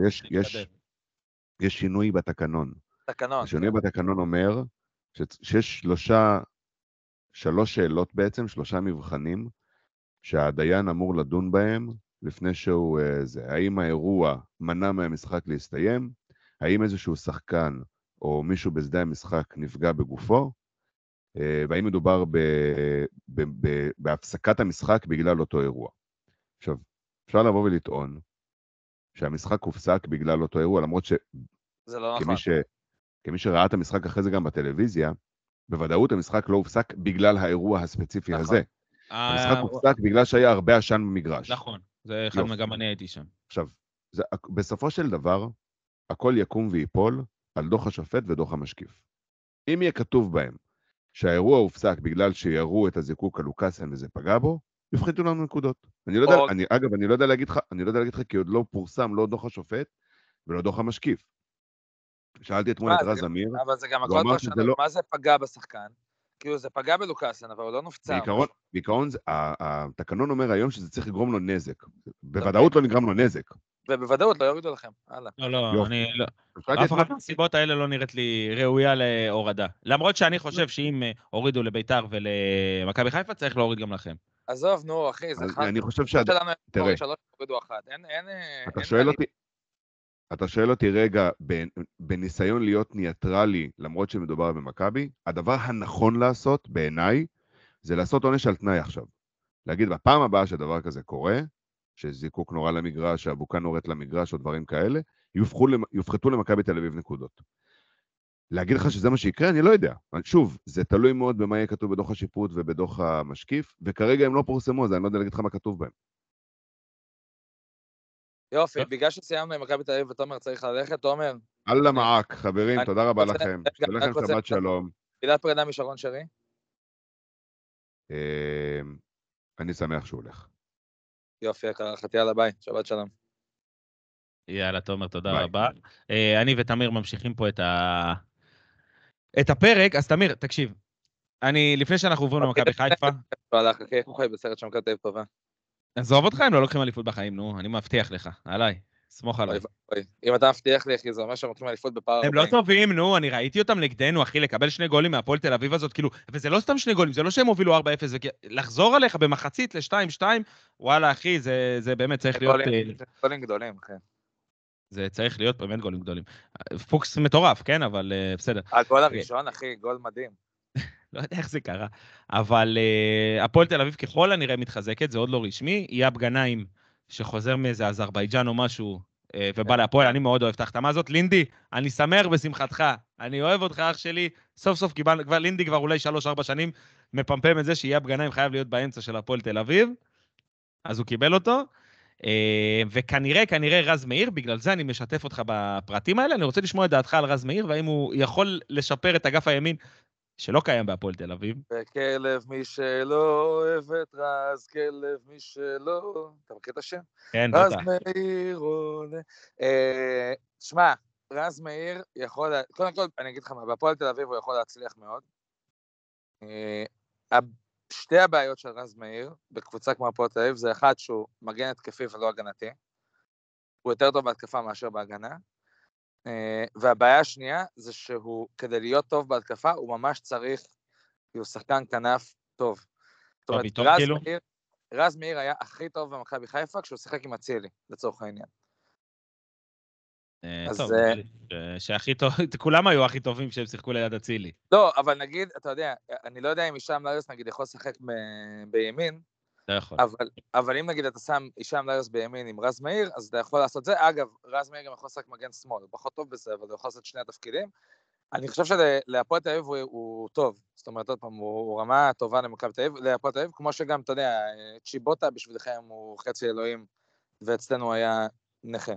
יש שינוי בתקנון. תקנון. השינוי בתקנון אומר שיש שלושה, שלוש שאלות בעצם, שלושה מבחנים, שהדיין אמור לדון בהם לפני שהוא זה. האם האירוע מנע מהמשחק להסתיים? האם איזשהו שחקן או מישהו בשדה המשחק נפגע בגופו? והאם מדובר ב, ב, ב, בהפסקת המשחק בגלל אותו אירוע? עכשיו, אפשר לבוא ולטעון שהמשחק הופסק בגלל אותו אירוע, למרות ש... זה לא כמי נכון. ש... כמי שראה את המשחק אחרי זה גם בטלוויזיה, בוודאות המשחק לא הופסק בגלל האירוע הספציפי נכון. הזה. המשחק הופסק בגלל שהיה הרבה עשן במגרש. נכון, זה אחד מגם אני הייתי שם. עכשיו, זה, בסופו של דבר, הכל יקום ויפול על דוח השופט ודוח המשקיף. אם יהיה כתוב בהם שהאירוע הופסק בגלל שיראו את הזיקוק על לוקאסן וזה פגע בו, יפחיתו לנו נקודות. אני לא יודע, אני, אגב, אני לא יודע להגיד לך, אני לא יודע להגיד לך, כי עוד לא פורסם לא דוח השופט ולא דוח המשקיף. שאלתי אתמול את רז אמיר, אבל זה גם הכל פרשנות, לא... מה זה פגע בשחקן? כאילו זה פגע בלוקאסן, אבל הוא לא נופצע. בעיקרון, בעיקרון התקנון אומר היום שזה צריך לגרום לו נזק. בוודאות לא נגרם לו נזק. ובוודאות לא יורידו לכם, הלאה. לא, לא, אני לא. אף אחת מהסיבות האלה לא נראית לי ראויה להורדה. למרות שאני חושב שאם הורידו לביתר ולמכבי חיפה, צריך להוריד גם לכם. עזוב, נו, אחי, זה חד. אני חושב ש... תראה. אתה שואל אותי... אתה שואל אותי רגע, בניסיון להיות ניטרלי, למרות שמדובר במכבי, הדבר הנכון לעשות, בעיניי, זה לעשות עונש על תנאי עכשיו. להגיד, בפעם הבאה שדבר כזה קורה, שזיקוק נורא למגרש, שהבוקה נורית למגרש, או דברים כאלה, יופחתו למכבי תל אביב נקודות. להגיד לך שזה מה שיקרה, אני לא יודע. שוב, זה תלוי מאוד במה יהיה כתוב בדוח השיפוט ובדוח המשקיף, וכרגע הם לא פורסמו, אז אני לא יודע להגיד לך מה כתוב בהם. יופי, בגלל שסיימנו עם מכבי תל אביב ותומר צריך ללכת, תומר. אללה מעק, חברים, תודה רבה לכם. שתהיה לכם שבת שלום. מילת פרידה משרון שרי? אני שמח שהוא הולך. יופי, חתי על הביי, שבת שלום. יאללה, תומר, תודה רבה. אני ותמיר ממשיכים פה את הפרק, אז תמיר, תקשיב, אני, לפני שאנחנו עוברים למכבי חיפה... הלך, אחי, איך הוא חי בסרט שמכבי תל אביב טובה? עזוב אותך, הם לא לוקחים אליפות בחיים, נו, אני מבטיח לך, עליי, סמוך עליי. אם אתה מבטיח לי, אחי, זה אומר שהם לוקחים אליפות בפער... הם לא טובים, נו, אני ראיתי אותם נגדנו, אחי, לקבל שני גולים מהפועל תל אביב הזאת, כאילו, וזה לא סתם שני גולים, זה לא שהם הובילו ארבע אפס, לחזור עליך במחצית ל-שתיים שתיים, וואלה, אחי, זה באמת צריך להיות... גולים גדולים, אחי. זה צריך להיות באמת גולים גדולים. פוקס מטורף, כן, אבל בסדר. הגול הראשון, אחי, גול מדהים. לא יודע איך זה קרה, אבל uh, הפועל תל אביב ככל הנראה מתחזקת, זה עוד לא רשמי, יהיה בגנאים שחוזר מאיזה אזרבייג'אן או משהו, uh, ובא להפועל, אני מאוד אוהב את ההחתמה הזאת. לינדי, אני שמח בשמחתך, אני אוהב אותך אח שלי, סוף סוף קיבל, כבר לינדי כבר אולי שלוש ארבע שנים, מפמפם את זה שיהיה בגנאים חייב להיות באמצע של הפועל תל אביב, אז הוא קיבל אותו, uh, וכנראה, כנראה רז מאיר, בגלל זה אני משתף אותך בפרטים האלה, אני רוצה לשמוע את דעתך על רז מאיר, והאם הוא יכול לשפר את אגף הימין, שלא קיים בהפועל תל אביב. וכלב מי שלא אוהב את רז, כלב מי שלא... אתה מכיר את השם? כן, בטח. רז מאיר עולה... תשמע, רז מאיר יכול... קודם כל, אני אגיד לך מה, בהפועל תל אביב הוא יכול להצליח מאוד. שתי הבעיות של רז מאיר, בקבוצה כמו הפועל תל אביב, זה אחד שהוא מגן התקפי ולא הגנתי. הוא יותר טוב בהתקפה מאשר בהגנה. והבעיה השנייה זה שהוא, כדי להיות טוב בהתקפה, הוא ממש צריך, כי הוא שחקן כנף טוב. זאת אומרת, רז מאיר, רז מאיר היה הכי טוב במכבי חיפה, כשהוא שיחק עם אצילי, לצורך העניין. טוב, שהכי טוב, כולם היו הכי טובים שהם שיחקו ליד אצילי. לא, אבל נגיד, אתה יודע, אני לא יודע אם משם לארץ, נגיד, יכול לשחק בימין, לא יכול. אבל, אבל אם נגיד אתה שם אישה לארז בימין עם רז מאיר, אז אתה יכול לעשות זה. אגב, רז מאיר גם יכול לעשות מגן שמאל, הוא פחות טוב בזה, אבל הוא יכול לעשות שני התפקידים. אני חושב שלהפועל תל אביב הוא, הוא טוב, זאת אומרת, עוד פעם, הוא, הוא רמה טובה למכבי תל אביב, להפועל תל אביב, כמו שגם, אתה יודע, צ'יבוטה בשבילכם הוא חצי אלוהים, ואצלנו היה נכה.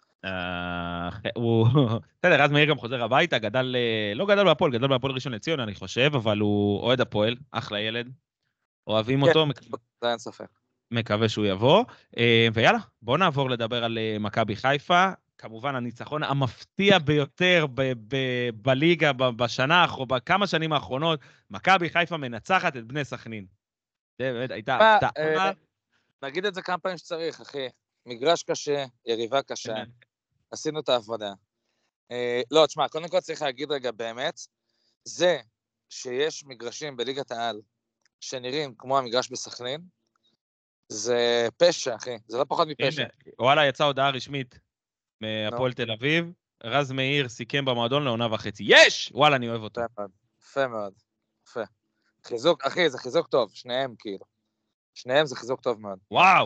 הוא, בסדר, רז מאיר גם חוזר הביתה, גדל, לא גדל בהפועל, גדל בהפועל ראשון לציון, אני חושב, אבל הוא אוהד הפועל, אחלה ילד, אוהבים אותו, זה אין ספק. מקווה שהוא יבוא, ויאללה, בואו נעבור לדבר על מכבי חיפה, כמובן הניצחון המפתיע ביותר בליגה בשנה, או בכמה שנים האחרונות, מכבי חיפה מנצחת את בני סכנין. זה באמת הייתה הפתעה. נגיד את זה כמה פעמים שצריך, אחי. מגרש קשה, יריבה קשה, עשינו את העבודה. לא, תשמע, קודם כל צריך להגיד רגע באמת, זה שיש מגרשים בליגת העל שנראים כמו המגרש בסכנין, זה פשע, אחי, זה לא פחות מפשע. וואלה, יצאה הודעה רשמית מהפועל תל אביב, רז מאיר סיכם במועדון לעונה וחצי. יש! וואלה, אני אוהב אותו. יפה מאוד, יפה. חיזוק, אחי, זה חיזוק טוב, שניהם כאילו. שניהם זה חיזוק טוב מאוד. וואו!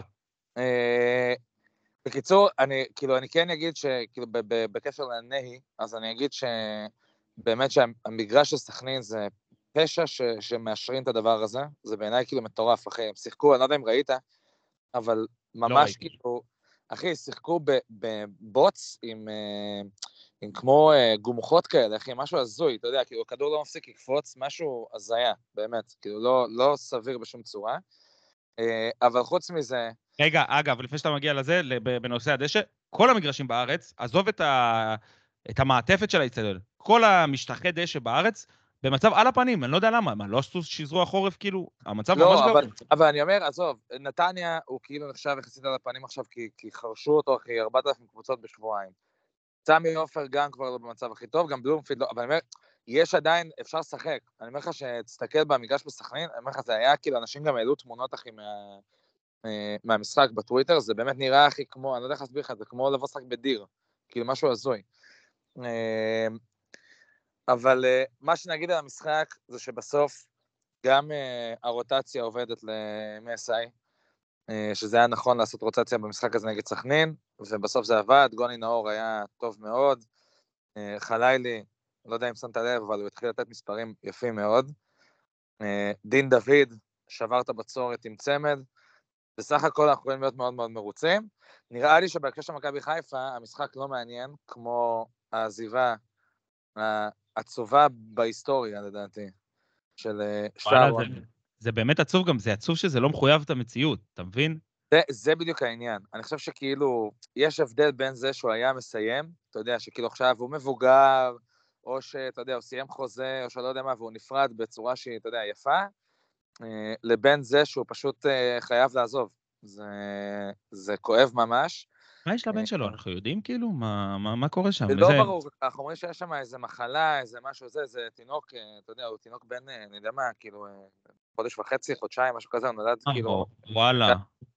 בקיצור, אני, כאילו, אני כן אגיד שכאילו, בקשר לנהי, אז אני אגיד שבאמת שהמגרש של סכנין זה פשע ש, שמאשרים את הדבר הזה, זה בעיניי כאילו מטורף, אחי, הם שיחקו, אני לא יודע אם ראית, אבל ממש לא כאילו, אחי, שיחקו בבוץ עם, עם כמו גומחות כאלה, אחי, משהו הזוי, אתה יודע, כאילו, הכדור לא מפסיק לקפוץ, משהו הזיה, באמת, כאילו, לא, לא סביר בשום צורה, אבל חוץ מזה... רגע, אגב, לפני שאתה מגיע לזה, בנושא הדשא, כל המגרשים בארץ, עזוב את, ה... את המעטפת של האצטדיון, כל המשטחי דשא בארץ, במצב על הפנים, אני לא יודע למה, מה, לא עשו שיזרו החורף, כאילו, המצב לא, ממש אבל, גרוע. אבל אני אומר, עזוב, נתניה הוא כאילו נחשב יחסית על הפנים עכשיו, כי, כי חרשו אותו אחרי ארבעת אלפים קבוצות בשבועיים. סמי עופר גם כבר לא במצב הכי טוב, גם בלומפילד לא, אבל אני אומר, יש עדיין, אפשר לשחק. אני אומר לך שתסתכל במגרש בסכנין, אני אומר לך, זה היה כאילו, אנשים גם העלו תמונות אחי מה, מהמשחק בטוויטר, זה באמת נראה הכי כמו, אני לא יודע איך להסביר לך, זה כמו לבוא שחק בדיר, כאילו משהו הזוי. אבל מה שנגיד על המשחק, זה שבסוף, גם uh, הרוטציה עובדת למסאי, uh, שזה היה נכון לעשות רוטציה במשחק הזה נגד סכנין, ובסוף זה עבד, גוני נאור היה טוב מאוד, uh, חלילי, לא יודע אם שמת לב, אבל הוא התחיל לתת מספרים יפים מאוד, uh, דין דוד שבר את הבצורת עם צמד, בסך הכל אנחנו יכולים להיות מאוד מאוד מרוצים, נראה לי שבהקשר של מכבי חיפה, המשחק לא מעניין, כמו העזיבה העצובה בהיסטוריה לדעתי. של שרון. זה, זה באמת עצוב גם, זה עצוב שזה לא מחויב את המציאות, אתה מבין? זה, זה בדיוק העניין. אני חושב שכאילו, יש הבדל בין זה שהוא היה מסיים, אתה יודע, שכאילו עכשיו הוא מבוגר, או שאתה יודע, הוא סיים חוזה, או שלא יודע מה, והוא נפרד בצורה שהיא, אתה יודע, יפה, לבין זה שהוא פשוט חייב לעזוב. זה, זה כואב ממש. מה יש לבן שלו? אנחנו יודעים כאילו? מה, מה, מה קורה שם? זה לא ברור, אנחנו אומרים שיש שם איזה מחלה, איזה משהו זה, זה תינוק, אתה יודע, הוא תינוק בן, אני יודע מה, כאילו, חודש וחצי, חודשיים, משהו כזה, הוא נולד כאילו... וואלה.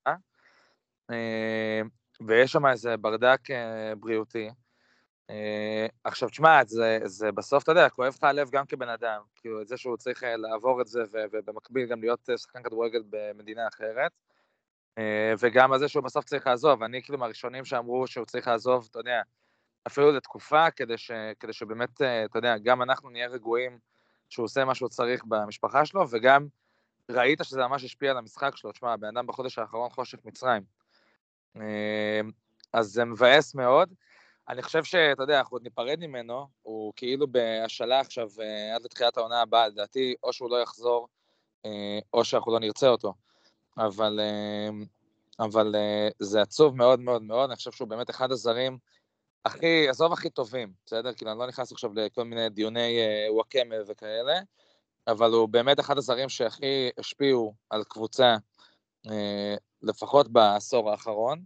ויש שם איזה ברדק בריאותי. עכשיו, תשמע, זה בסוף, אתה יודע, כואב לך הלב גם כבן אדם, כאילו, את זה שהוא צריך לעבור את זה, ובמקביל גם להיות שחקן כדורגל במדינה אחרת. וגם על זה שהוא בסוף צריך לעזוב, אני כאילו מהראשונים שאמרו שהוא צריך לעזוב, אתה יודע, אפילו לתקופה, כדי, ש, כדי שבאמת, אתה יודע, גם אנחנו נהיה רגועים שהוא עושה מה שהוא צריך במשפחה שלו, וגם ראית שזה ממש השפיע על המשחק שלו, תשמע, הבן אדם בחודש האחרון חושך מצרים. אז זה מבאס מאוד, אני חושב שאתה יודע, אנחנו עוד ניפרד ממנו, הוא כאילו בהשאלה עכשיו עד לתחילת העונה הבאה, לדעתי, או שהוא לא יחזור, או שאנחנו לא נרצה אותו. אבל, אבל זה עצוב מאוד מאוד מאוד, אני חושב שהוא באמת אחד הזרים הכי, עזוב הכי טובים, בסדר? כאילו אני לא נכנס עכשיו לכל מיני דיוני וואקמה וכאלה, אבל הוא באמת אחד הזרים שהכי השפיעו על קבוצה, לפחות בעשור האחרון,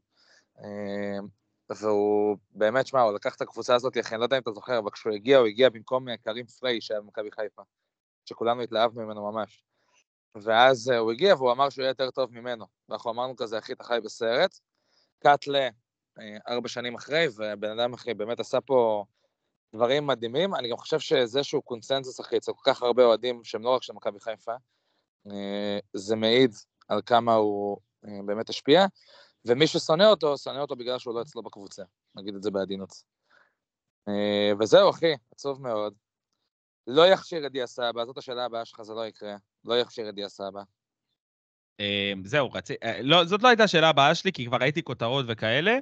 והוא באמת, שמה, הוא לקח את הקבוצה הזאת, אני לא יודע אם אתה זוכר, אבל כשהוא הגיע, הוא הגיע במקום קרים פריי שהיה במכבי חיפה, שכולנו התלהבנו ממנו ממש. ואז הוא הגיע והוא אמר שהוא יהיה יותר טוב ממנו, ואנחנו אמרנו כזה, אחי, אתה חי בסרט, קאט לארבע שנים אחרי, ובן אדם אחי באמת עשה פה דברים מדהימים, אני גם חושב שזה שהוא קונסנזוס אחי, אצל כל כך הרבה אוהדים, שהם לא רק של מכבי חיפה, זה מעיד על כמה הוא באמת השפיע, ומי ששונא אותו, שונא אותו בגלל שהוא לא אצלו בקבוצה, נגיד את זה בעדינות. וזהו, אחי, עצוב מאוד. לא יכשיר את דיה סבא, זאת השאלה הבאה שלך, זה לא יקרה. לא יכשיר את דיה סבא. זהו, רצי... לא, זאת לא הייתה השאלה הבאה שלי, כי כבר ראיתי כותרות וכאלה,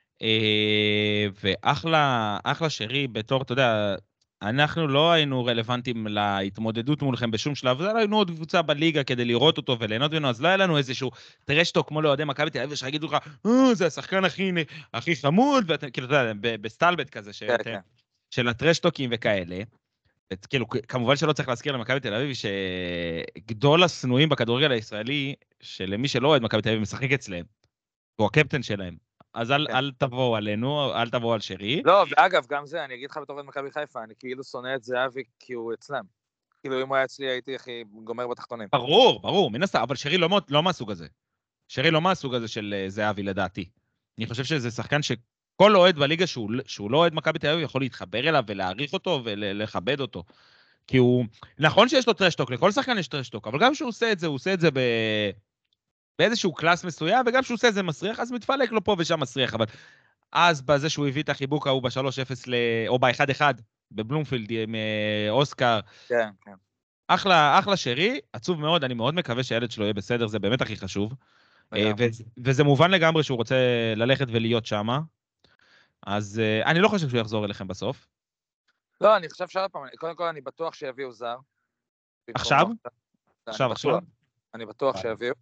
ואחלה, אחלה שרי בתור, אתה יודע, אנחנו לא היינו רלוונטיים להתמודדות מולכם בשום שלב, זה היינו עוד קבוצה בליגה כדי לראות אותו וליהנות ממנו, אז לא היה לנו איזשהו טרשטוק כמו לאוהדי מכבי תל אביב, שיגידו לך, זה השחקן הכי, הכי חמוד, ואתם, כאילו, אתה יודע, בסטלבט כזה, ש... כן, כן. של הטרשטוקים וכאלה. כאילו, כמובן שלא צריך להזכיר למכבי תל אביב, שגדול הסנועים בכדורגל הישראלי, שלמי שלא אוהד מכבי תל אביב משחק אצלם, הוא הקפטן שלהם. אז אל, אל תבואו עלינו, אל תבואו על שרי. לא, ואגב, גם זה, אני אגיד לך בתור אוהד מכבי חיפה, אני כאילו שונא את זהבי כי הוא אצלם. כאילו, אם הוא היה אצלי, הייתי הכי גומר בתחתונים. ברור, ברור, מן הסתם, אבל שרי לא, לא מהסוג הזה. שרי לא מהסוג הזה של זהבי, לדעתי. אני חושב שזה שחקן שכל אוהד בליגה שהוא, שהוא לא אוהד מכבי תל אביב יכול להתחבר אליו ולהעריך אותו ולכבד אותו. כי הוא, נכון שיש לו טרשטוק, לכל שחקן יש טרשטוק, אבל גם שהוא עושה את זה, הוא עושה את זה ב... באיזשהו קלאס מסוים, וגם שהוא עושה את זה מסריח, אז מתפלק לו פה ושם מסריח, אבל אז בזה שהוא הביא את החיבוק ההוא ב-שלוש אפס, ל... או ב-אחד אחד, בבלומפילד עם אוסקר. כן, כן. אחלה, אחלה שרי, עצוב מאוד, אני מאוד מקווה שהילד שלו יהיה בסדר, זה באמת הכי חשוב. ו- וזה מובן לגמרי שהוא רוצה ללכת ולהיות שם, אז אני לא חושב שהוא יחזור אליכם בסוף. לא, אני חושב שעוד פעם, קודם כל אני בטוח שיביאו זר. עכשיו? עכשיו, עכשיו? אני בטוח שיביאו.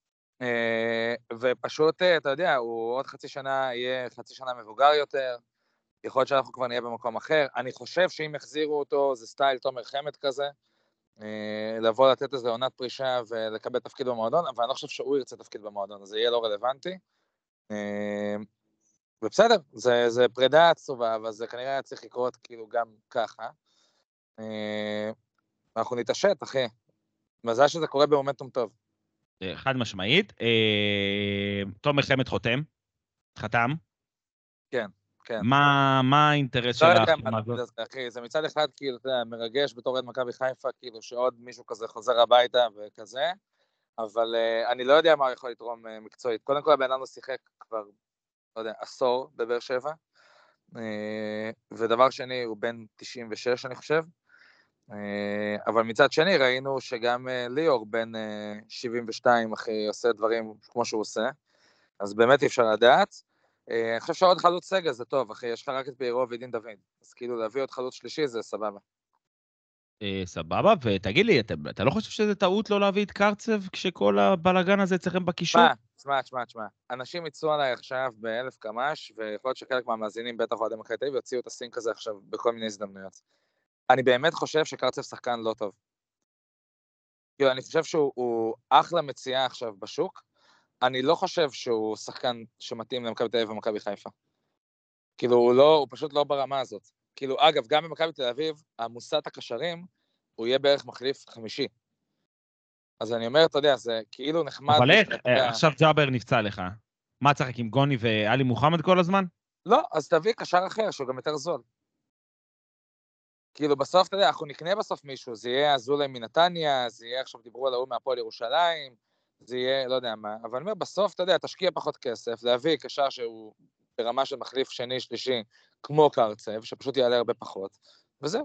ופשוט, אתה יודע, הוא עוד חצי שנה יהיה חצי שנה מבוגר יותר, יכול להיות שאנחנו כבר נהיה במקום אחר. אני חושב שאם יחזירו אותו, זה סטייל תומר חמד כזה, לבוא לתת איזה עונת פרישה ולקבל תפקיד במועדון, אבל אני לא חושב שהוא ירצה תפקיד במועדון, אז זה יהיה לא רלוונטי. ובסדר, זה, זה פרידה עצובה, אבל זה כנראה היה צריך לקרות כאילו גם ככה. אנחנו נתעשת, אחי. מזל שזה קורה במומנטום טוב. חד משמעית. תומר חמד חותם, חתם. כן, כן. מה, מה האינטרס של החתימה הזאת? אחי, זה מצד אחד כאילו, אתה יודע, מרגש בתור עד מכבי חיפה, כאילו שעוד מישהו כזה חוזר הביתה וכזה, אבל uh, אני לא יודע מה הוא יכול לתרום uh, מקצועית. קודם כל, הבן אדם שיחק כבר, לא יודע, עשור בבאר שבע, uh, ודבר שני, הוא בן תשעים ושש, אני חושב, uh, אבל מצד שני ראינו שגם uh, ליאור בן uh, שבעים ושתיים, אחי, עושה דברים כמו שהוא עושה, אז באמת אי אפשר לדעת. אני חושב שעוד חלוץ סגל זה טוב, אחי, יש לך רק את בירו ודין דוד, אז כאילו להביא עוד חלוץ שלישי זה סבבה. סבבה, ותגיד לי, אתה לא חושב שזה טעות לא להביא את קרצב כשכל הבלגן הזה אצלכם בקישור? מה, תשמע, תשמע, תשמע. אנשים יצאו עליי עכשיו באלף קמ"ש, ויכול להיות שחלק מהמאזינים בטח אוהדי מכבי תל אביב ויוציאו את הסינק הזה עכשיו בכל מיני הזדמנויות. אני באמת חושב שקרצב שחקן לא טוב. כאילו, אני חושב שהוא אחלה מציאה עכשיו בשוק, אני לא חושב שהוא שחקן שמתאים למכבי תל אביב ומכבי חיפה. כאילו, הוא לא, הוא פשוט לא ברמה הזאת. כאילו, אגב, גם במכבי תל אביב, המוסת הקשרים, הוא יהיה בערך מחליף חמישי. אז אני אומר, אתה יודע, זה כאילו נחמד... אבל איך? עכשיו ג'אבר נפצע לך. מה צריך עם גוני ואלי מוחמד כל הזמן? לא, אז תביא קשר אחר, שהוא גם יותר זול. כאילו, בסוף, אתה יודע, אנחנו נקנה בסוף מישהו, זה יהיה אזולאי מנתניה, זה יהיה, עכשיו דיברו על ההוא מהפועל ירושלים, זה יהיה, לא יודע מה, אבל אני אומר, בסוף, אתה יודע, תשקיע פחות כסף, להביא קשר שהוא ברמה של מחליף שני, שלישי, כמו קרצב, שפשוט יעלה הרבה פחות, וזהו.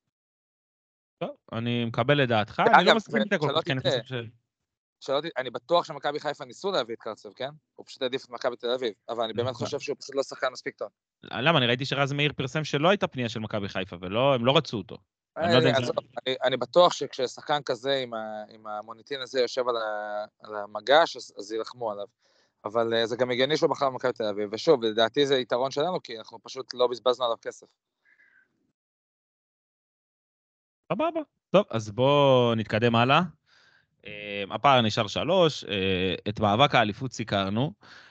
טוב, אני מקבל לדעתך, אני לא מסכים איתה כל כך, כי אני חושב ש... שאלתי, אני בטוח שמכבי חיפה ניסו להביא את קרצב, כן? הוא פשוט העדיף את מכבי תל אביב, אבל אני באמת חושב שהוא פשוט לא שחקן מספיק טוב. למה? אני ראיתי שרז מאיר פרסם שלא הייתה פנייה של מכבי חיפה, והם לא רצו אותו. אני בטוח שכששחקן כזה עם המוניטין הזה יושב על המגש, אז ילחמו עליו. אבל זה גם הגיוני שהוא בחר במכבי תל אביב, ושוב, לדעתי זה יתרון שלנו, כי אנחנו פשוט לא בזבזנו עליו כסף. סבבה. טוב, אז בואו נתקדם הלאה. הפער נשאר שלוש, את מאבק האליפות סיכרנו.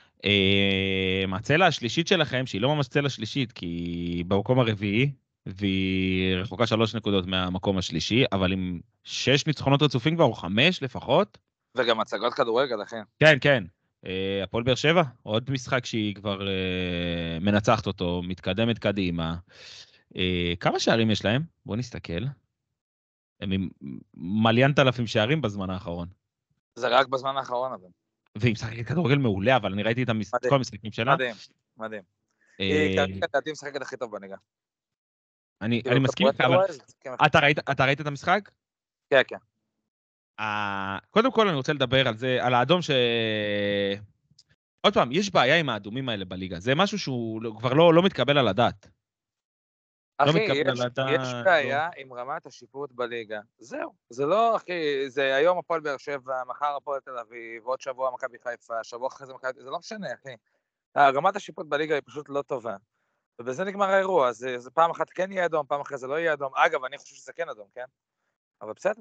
הצלע השלישית שלכם, שהיא לא ממש צלע שלישית, כי היא במקום הרביעי, והיא רחוקה שלוש נקודות מהמקום השלישי, אבל עם שש ניצחונות רצופים כבר, או חמש לפחות. וגם הצגות כדורגל, אחי. כן, כן. הפועל באר שבע, עוד משחק שהיא כבר מנצחת אותו, מתקדמת קדימה. כמה שערים יש להם? בואו נסתכל. הם עם מליינט אלפים שערים בזמן האחרון. זה רק בזמן האחרון, אבל. והיא משחקת כדורגל מעולה, אבל אני ראיתי את המש... כל המשחקים שלה. מדהים, מדהים. היא כרגע לדעתי משחקת הכי טוב בליגה. אני, אני מסכים איתך, אבל אתה ראית, אתה ראית את המשחק? כן, כן. Uh, קודם כל אני רוצה לדבר על זה, על האדום ש... עוד פעם, יש בעיה עם האדומים האלה בליגה, זה משהו שהוא כבר לא, לא מתקבל על הדעת. אחי, לא יש, על הדעת, יש בעיה לא... עם רמת השיפוט בליגה. זהו, זה לא, אחי, זה היום הפועל באר שבע, מחר הפועל תל אביב, עוד שבוע מכבי חיפה, שבוע אחרי זה מכבי, זה לא משנה, אחי. רמת השיפוט בליגה היא פשוט לא טובה. ובזה נגמר האירוע, אז זה פעם אחת כן יהיה אדום, פעם אחרי זה לא יהיה אדום. אגב, אני חושב שזה כן אדום, כן? אבל בסדר.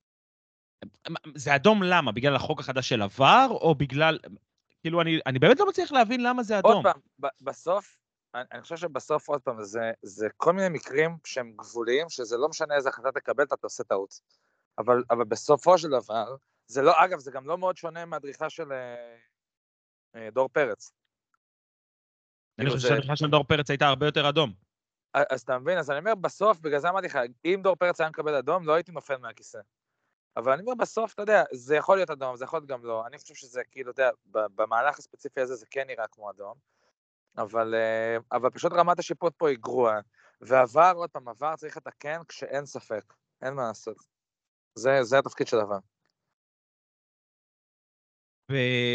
זה אדום למה? בגלל החוק החדש של עבר, או בגלל... כאילו, אני, אני באמת לא מצליח להבין למה זה אדום. עוד פעם, ב- בסוף, אני, אני חושב שבסוף, עוד פעם, זה, זה כל מיני מקרים שהם גבוליים, שזה לא משנה איזה החלטה תקבל, אתה עושה טעות. אבל, אבל בסופו של דבר, זה לא, אגב, זה גם לא מאוד שונה מהדריכה של אה, אה, דור פרץ. אני חושב שהדריכה של דור פרץ הייתה הרבה יותר אדום. אז אתה מבין, אז אני אומר, בסוף, בגלל זה אמרתי לך, אם דור פרץ היה מקבל אדום, לא הייתי נופל מהכיסא. אבל אני אומר, בסוף, אתה יודע, זה יכול להיות אדום, זה יכול להיות גם לא. אני חושב שזה, כאילו, אתה יודע, במהלך הספציפי הזה, זה כן נראה כמו אדום. אבל, אבל פשוט רמת השיפוט פה היא גרועה. ועבר, עוד פעם, עבר צריך לתקן כשאין ספק. אין מה לעשות. זה, זה התפקיד של עבר. ו...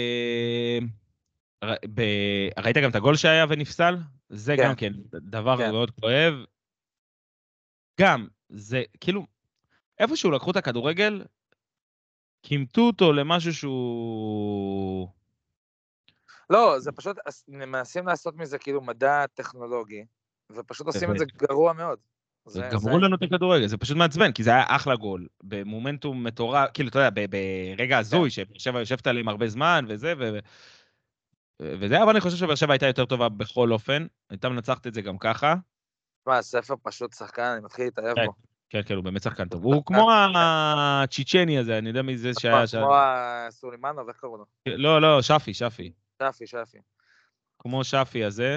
ב... ראית גם את הגול שהיה ונפסל? זה כן. גם כן דבר כן. מאוד כואב. גם, זה כאילו, איפשהו לקחו את הכדורגל, קימתו אותו למשהו שהוא... לא, זה פשוט, מנסים לעשות מזה כאילו מדע טכנולוגי, ופשוט עושים את זה גרוע מאוד. גמרו לנו את הכדורגל, זה פשוט מעצבן, כי זה היה אחלה גול, במומנטום מטורף, כאילו, אתה יודע, ברגע הזוי, שבאר שבע יושבת עליהם הרבה זמן, וזה, וזה, אבל אני חושב שבאר שבע הייתה יותר טובה בכל אופן, הייתה מנצחת את זה גם ככה. מה, הספר פשוט שחקן, אני מתחיל להתאהב בו. כן, כן, הוא באמת שחקן טוב. הוא כמו הצ'יצ'ני הזה, אני יודע מי זה שהיה שם. כמו הסולימאנו, איך קראו לו? לא, לא, שפי, שפי. שפי, שפי. כמו שפי הזה.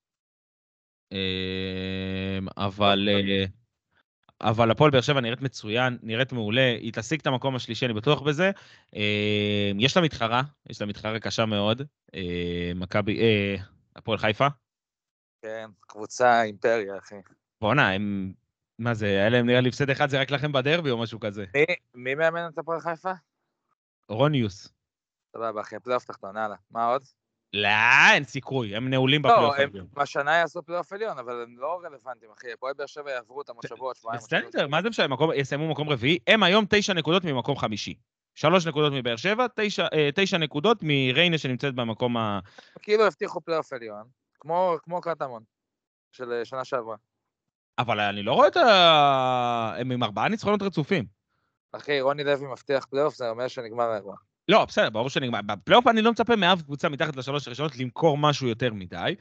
אבל... אבל הפועל באר שבע נראית מצוין, נראית מעולה, היא תשיג את המקום השלישי, אני בטוח בזה. יש לה מתחרה, יש לה מתחרה קשה מאוד, מכבי, הפועל חיפה. כן, קבוצה אימפריה, אחי. בוא'נה, הם... מה זה, היה להם נראה לי הפסד אחד, זה רק לכם בדרבי או משהו כזה. מי, מי מאמן את הפועל חיפה? רוניוס. סבבה, אחי, פלייאוף תחתון, הלאה. מה עוד? לא, אין סיכוי, הם נעולים בפלייאוף עליון. לא, בשנה יעשו פלייאוף עליון, אבל הם לא רלוונטיים, אחי. הפועל באר שבע יעברו אותם עוד שבוע, שבועיים. בסדר, מה זה משנה, יסיימו מקום רביעי, הם היום תשע נקודות ממקום חמישי. שלוש נקודות מבאר שבע, תשע, תשע נקודות מריינה שנמצאת במקום ה... כאילו הבטיחו פלייאוף עליון, כמו, כמו קטמון, של שנה שעברה. אבל אני לא רואה את ה... הם עם ארבעה ניצחונות רצופים. אחי, רוני לוי מבטיח פלייאוף, זה אומר שנגמר האירוע. לא, בסדר, ברור שנגמר. בפלייאוף אני לא מצפה מאף קבוצה מתחת לשלוש הראשונות למכור משהו יותר מדי.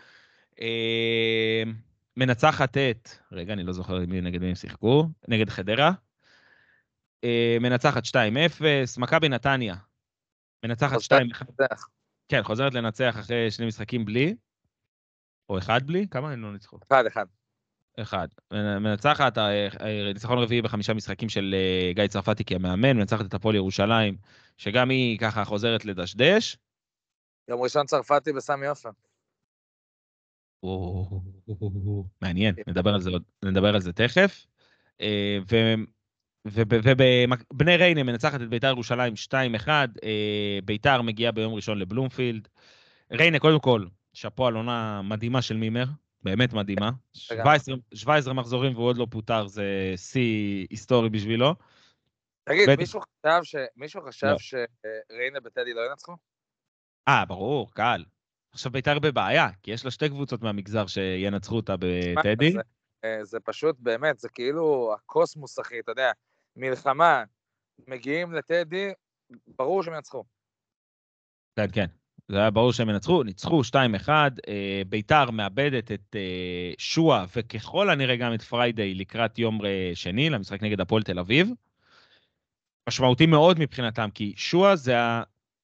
מנצחת את... רגע, אני לא זוכר נגד מי הם שיחקו. נגד חדרה. מנצחת שתיים אפס. מכבי נתניה. מנצחת שתיים אחת. כן, חוזרת לנצח אחרי שני משחקים בלי. או אחד בלי? כמה הם לא ניצחו? אחד, אחד. אחד. מנצחת, ניצחון רביעי בחמישה משחקים של גיא צרפתי כמאמן, מנצחת את הפועל ירושלים, שגם היא ככה חוזרת לדשדש. יום ראשון צרפתי בסמי עופר. מעניין, נדבר על זה עוד, נדבר על זה תכף. ובבני ריינה מנצחת את ביתר ירושלים שתיים אחד, ביתר מגיעה ביום ראשון לבלומפילד. ריינה קודם כל, שפו על עונה מדהימה של מימר. באמת מדהימה. שבע עשרה מחזורים והוא עוד לא פוטר, זה שיא היסטורי בשבילו. תגיד, מישהו חשב ש... מישהו חשב שריינה בטדי לא ינצחו? אה, ברור, קל. עכשיו ביתר בבעיה, כי יש לה שתי קבוצות מהמגזר שינצחו אותה בטדי. זה פשוט באמת, זה כאילו הקוסמוס, אחי, אתה יודע, מלחמה, מגיעים לטדי, ברור שהם ינצחו. כן, כן. זה היה ברור שהם ינצחו, ניצחו שתיים אחד, ביתר מאבדת את שואה, וככל הנראה גם את פריידי לקראת יום שני, למשחק נגד הפועל תל אביב. משמעותי מאוד מבחינתם, כי שואה זה ה...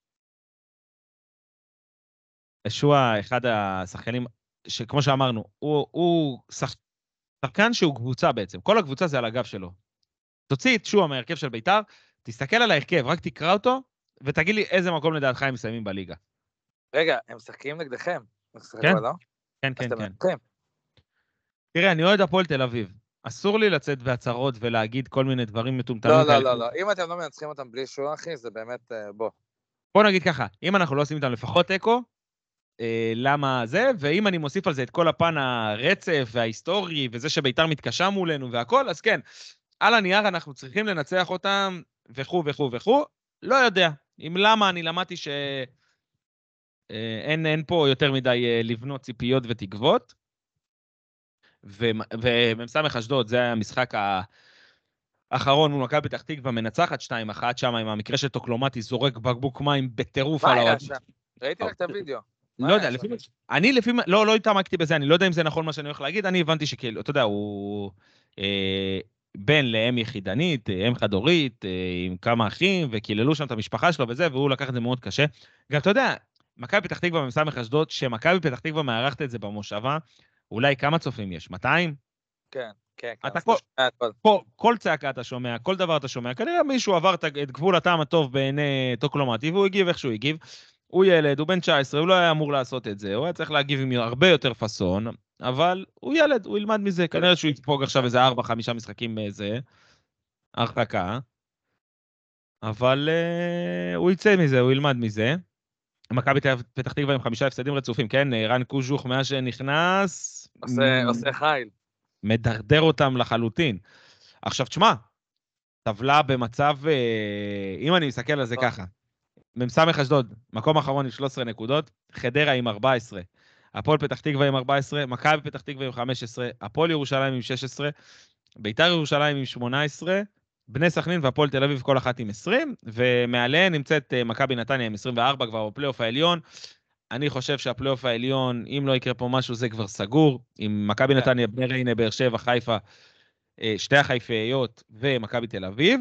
שואה, אחד השחקנים, שכמו שאמרנו, הוא, הוא שחקן שהוא קבוצה בעצם, כל הקבוצה זה על הגב שלו. תוציא את שואה מהרכב של ביתר, תסתכל על ההרכב, רק תקרא אותו, ותגיד לי איזה מקום לדעתך הם מסיימים בליגה. רגע, הם משחקים נגדכם. כן, לא? כן, אז כן, אתם כן. מנצחים. תראה, אני אוהד הפועל תל אביב. אסור לי לצאת בהצהרות ולהגיד כל מיני דברים מטומטמים לא, כאלה. לא, לא, לא. אם אתם לא מנצחים אותם בלי שוע, אחי, זה באמת, אה, בוא. בוא נגיד ככה, אם אנחנו לא עושים איתם לפחות אקו, אה, למה זה, ואם אני מוסיף על זה את כל הפן הרצף וההיסטורי, וזה שביתר מתקשה מולנו והכל, אז כן, על הנייר אנחנו צריכים לנצח אותם, וכו וכו וכו, לא יודע. אם למה אני למדתי ש... אה, אין, אין פה יותר מדי אה, לבנות ציפיות ותקוות, ומ"ס אשדוד, זה המשחק האחרון מול מכבי פתח תקווה, מנצחת שתיים אחת, שם עם המקרה של טוקלומטי זורק בקבוק מים בטירוף מה על היה האוהד. שם? ראיתי רק את הוידאו. לא יודע, לפי... אני לפי... לא, לא התעמקתי בזה, אני לא יודע אם זה נכון מה שאני הולך להגיד, אני הבנתי שכאילו, אתה יודע, הוא אה, בן לאם יחידנית, אה, אם חד-הורית, אה, עם כמה אחים, וקיללו שם את המשפחה שלו וזה, והוא לקח את זה מאוד קשה. גם אתה יודע, מכבי פתח תקווה במ"ס אשדוד, שמכבי פתח תקווה מארחת את זה במושבה, אולי כמה צופים יש? מאתיים? כן, כן, כן. אתה אז כל, אתה שומע הכל. כל, כל צעקה אתה שומע, כל דבר אתה שומע, כנראה מישהו עבר את את גבול הטעם הטוב בעיני טוקלומטי, והוא הגיב איך שהוא הגיב. הוא ילד, הוא בן תשע עשרה, הוא לא היה אמור לעשות את זה, הוא היה צריך להגיב עם הרבה יותר פסון, אבל הוא ילד, הוא ילמד מזה, כנראה שהוא יתפוג עכשיו איזה ארבע, חמישה משחקים מאיזה הרחקה, אבל uh, הוא יצא מזה, הוא ילמד מזה. מכבי פתח תקווה עם חמישה הפסדים רצופים, כן? רן קוז'וך מאז שנכנס, עושה, עושה חייל. מדרדר אותם לחלוטין. עכשיו, תשמע, טבלה במצב, אה, אם אני מסתכל על זה ככה, מ"ס אשדוד, מקום אחרון עם שלוש עשרה נקודות, חדרה עם ארבע עשרה, הפועל פתח תקווה עם ארבע עשרה, מכבי פתח תקווה עם חמש עשרה, הפועל ירושלים עם שש עשרה, ביתר ירושלים עם שמונה עשרה, בני סכנין והפועל תל אביב כל אחת עם עשרים, ומעליהן נמצאת אה, מכבי נתניה עם עשרים וארבע כבר בפלייאוף העליון. אני חושב שהפלייאוף העליון, אם לא יקרה פה משהו, זה כבר סגור. עם מכבי נתניה, בני ריינה, באר שבע, חיפה, אה, שתי החיפאיות ומכבי תל אביב.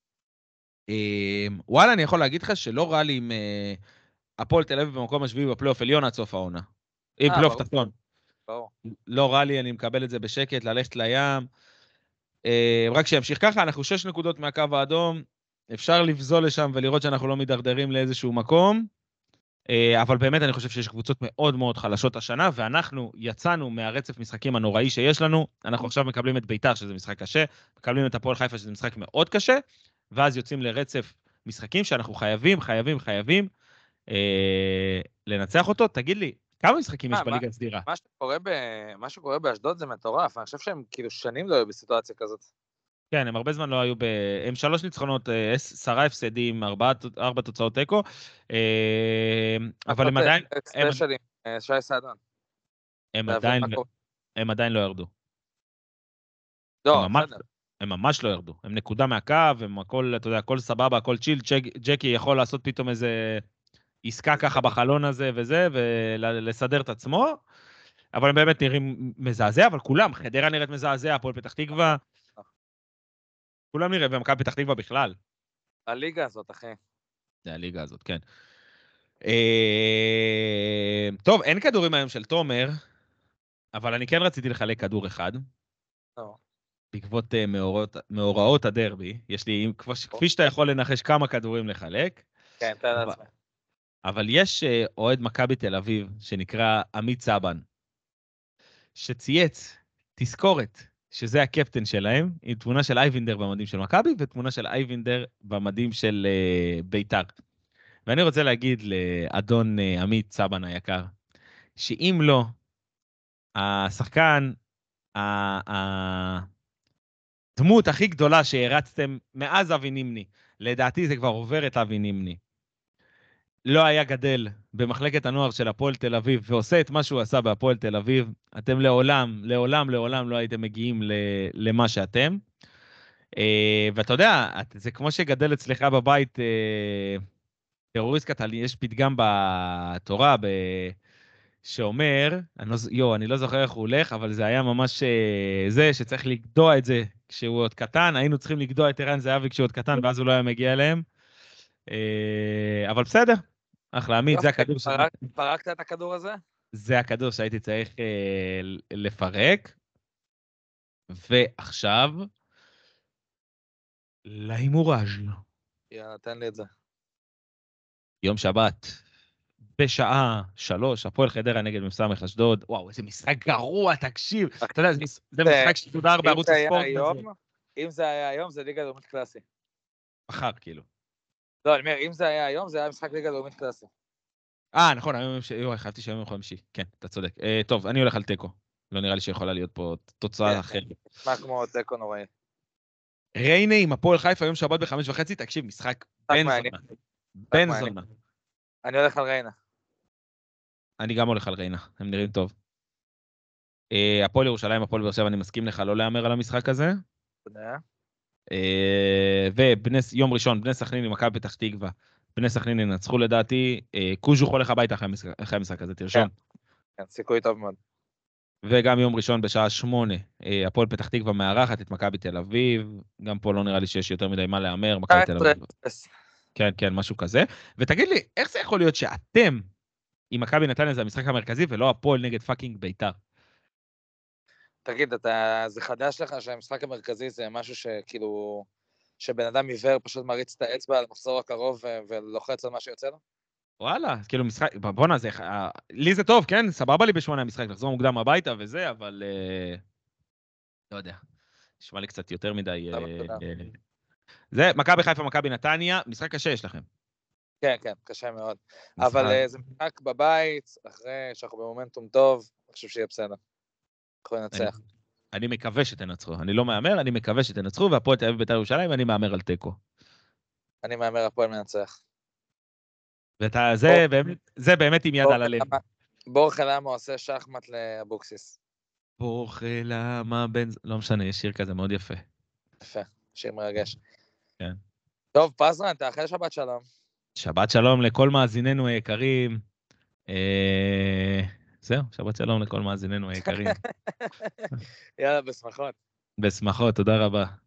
וואלה, אני יכול להגיד לך שלא רע לי עם אה, הפועל תל אביב במקום השביעי בפלייאוף עליון עד סוף העונה. עם אה, פלייאוף ברור. תחתון. ברור. לא רע לי, אני מקבל את זה בשקט, ללכת לים. אה, רק שימשיך ככה, אנחנו שש נקודות מהקו האדום, אפשר לבזול לשם ולראות שאנחנו לא מדרדרים לאיזשהו מקום, אה, אבל באמת אני חושב שיש קבוצות מאוד מאוד חלשות השנה, ואנחנו יצאנו מהרצף משחקים הנוראי שיש לנו, אנחנו עכשיו מקבלים את ביתר, שזה משחק קשה, מקבלים את הפועל חיפה, שזה משחק מאוד קשה, ואז יוצאים לרצף משחקים שאנחנו חייבים, חייבים, חייבים אה, לנצח אותו. תגיד לי, כמה משחקים יש מה, בליגה הסדירה? מה שקורה ב... מה שקורה באשדוד זה מטורף, אני חושב שהם כאילו שנים לא היו בסיטואציה כזאת. כן, הם הרבה זמן לא היו ב... הם שלוש ניצחונות, אה, עשרה הפסדים, ארבע, ארבע תוצאות תיקו, אה, אבל הם עדיין... הם, ספיישלים, שי סעדון. הם להבין עדיין, מה לא- קורה. הם עדיין לא ירדו. הם לא, ממש, בסדר. הם ממש לא ירדו. הם נקודה מהקו, הם הכל, אתה יודע, הכל סבבה, הכל צ'יל, ג'ק- ג'קי יכול לעשות פתאום איזה עסקה ככה בחלון הזה וזה, ולסדר את עצמו, אבל הם באמת נראים מזעזע, אבל כולם, חדרה נראית מזעזע, הפועל פתח תקווה, כולם נראה, ומכבי פתח תקווה בכלל. הליגה הזאת, אחי. זה הליגה הזאת, כן. אה, טוב, אין כדורים היום של תומר, אבל אני כן רציתי לחלק כדור אחד. לא. בעקבות אה, מאורעות, מאורעות הדרבי, יש לי, כפי- כפי שאתה יכול לנחש כמה כדורים לחלק, כן, תן אבל- לעצמך. אבל יש אה, אוהד מכבי תל אביב, שנקרא עמית סבן, שצייץ תזכורת, שזה הקפטן שלהם, עם תמונה של אייבינדר במדים של מכבי, ותמונה של אייבינדר במדים של אה, ביתר. ואני רוצה להגיד לאדון אה, עמית סבן היקר, שאם לא, השחקן, ה- ה- הדמות הכי גדולה שהרצתם מאז אבי נימני, לדעתי זה כבר עובר את אבי נימני, לא היה גדל במחלקת הנוער של הפועל תל אביב, ועושה את מה שהוא עשה בהפועל תל אביב, אתם לעולם, לעולם, לעולם לא הייתם מגיעים למה שאתם. ואתה יודע, זה כמו שגדל אצלך בבית טרוריסט קטן, יש פתגם בתורה שאומר, אני לא, יו, אני לא זוכר איך הוא הולך, אבל זה היה ממש זה שצריך לגדוע את זה כשהוא עוד קטן, היינו צריכים לגדוע את ערן זהבי כשהוא עוד קטן, ואז הוא לא היה מגיע אליהם. אבל בסדר. אחלה, עמית, זה הכדור ש... פרקת את הכדור הזה? זה הכדור שהייתי צריך אה, לפרק. ועכשיו, להימוראז'. יאללה, תן לי את זה. יום שבת, בשעה שלוש, הפועל חדרה נגד מ"ס אשדוד. וואו, איזה משחק גרוע, תקשיב. אתה יודע, זה משחק שתודר בערוץ הספורט. אם זה היה היום, זה ליגה לאומית קלאסי. מחר, כאילו. לא, אני אומר, אם זה היה היום, זה היה משחק ליגה לאומית קלאסי. אה, נכון, היום יום חייבתי שהיום יום חמישי. כן, אתה צודק. טוב, אני הולך על תיקו. לא נראה לי שיכולה להיות פה תוצאה אחרת. מה כמו תיקו נוראי. ריינה עם הפועל חיפה, יום שבת בחמש וחצי, תקשיב, משחק בן זונה. בן זונה. אני הולך על ריינה. אני גם הולך על ריינה, הם נראים טוב. הפועל ירושלים, הפועל באר שבע, אני מסכים לך לא להמר על המשחק הזה. תודה. ויום ראשון, בני סכנין עם מכבי פתח תקווה. בני סכנין ינצחו לדעתי, קוז'וך הולך הביתה אחרי המשחק הזה, תרשום. כן, סיכוי טוב מאוד. וגם יום ראשון בשעה שמונה, הפועל פתח תקווה מארחת את מכבי תל אביב, גם פה לא נראה לי שיש יותר מדי מה להמר, מכבי תל אביב. כן, כן, משהו כזה. ותגיד לי, איך זה יכול להיות שאתם, עם מכבי נתניה זה המשחק המרכזי, ולא הפועל נגד פאקינג ביתר? תגיד, אתה, זה חדש לך שהמשחק המרכזי זה משהו שכאילו, שבן אדם עיוור פשוט מריץ את האצבע על המחזור הקרוב ולוחץ על מה שיוצא לו? וואלה, כאילו משחק, בוא'נה, זה, לי זה טוב, כן? סבבה לי בשמונה המשחק, לחזור מוקדם הביתה וזה, אבל לא יודע, נשמע לי קצת יותר מדי. זה, מכבי חיפה, מכבי נתניה, משחק קשה יש לכם. כן, כן, קשה מאוד. אבל זה משחק בבית, אחרי שאנחנו במומנטום טוב, אני חושב שיהיה בסדר. אנחנו ננצח. אני מקווה שתנצחו, אני לא מאמר, אני מקווה שתנצחו, והפועל תל אביב בית"ר ירושלים, אני מאמר על תיקו. אני מאמר הפועל מנצח. זה באמת עם יד על הלב. בורחה למה עושה שחמט לאבוקסיס. בורחה למה בן... לא משנה, יש שיר כזה מאוד יפה. יפה, שיר מרגש. כן. טוב, פזרן, תאחל שבת שלום. שבת שלום לכל מאזיננו היקרים. זהו, שבת שלום לכל מאזיננו היקרים. יאללה, בשמחות. בשמחות, תודה רבה.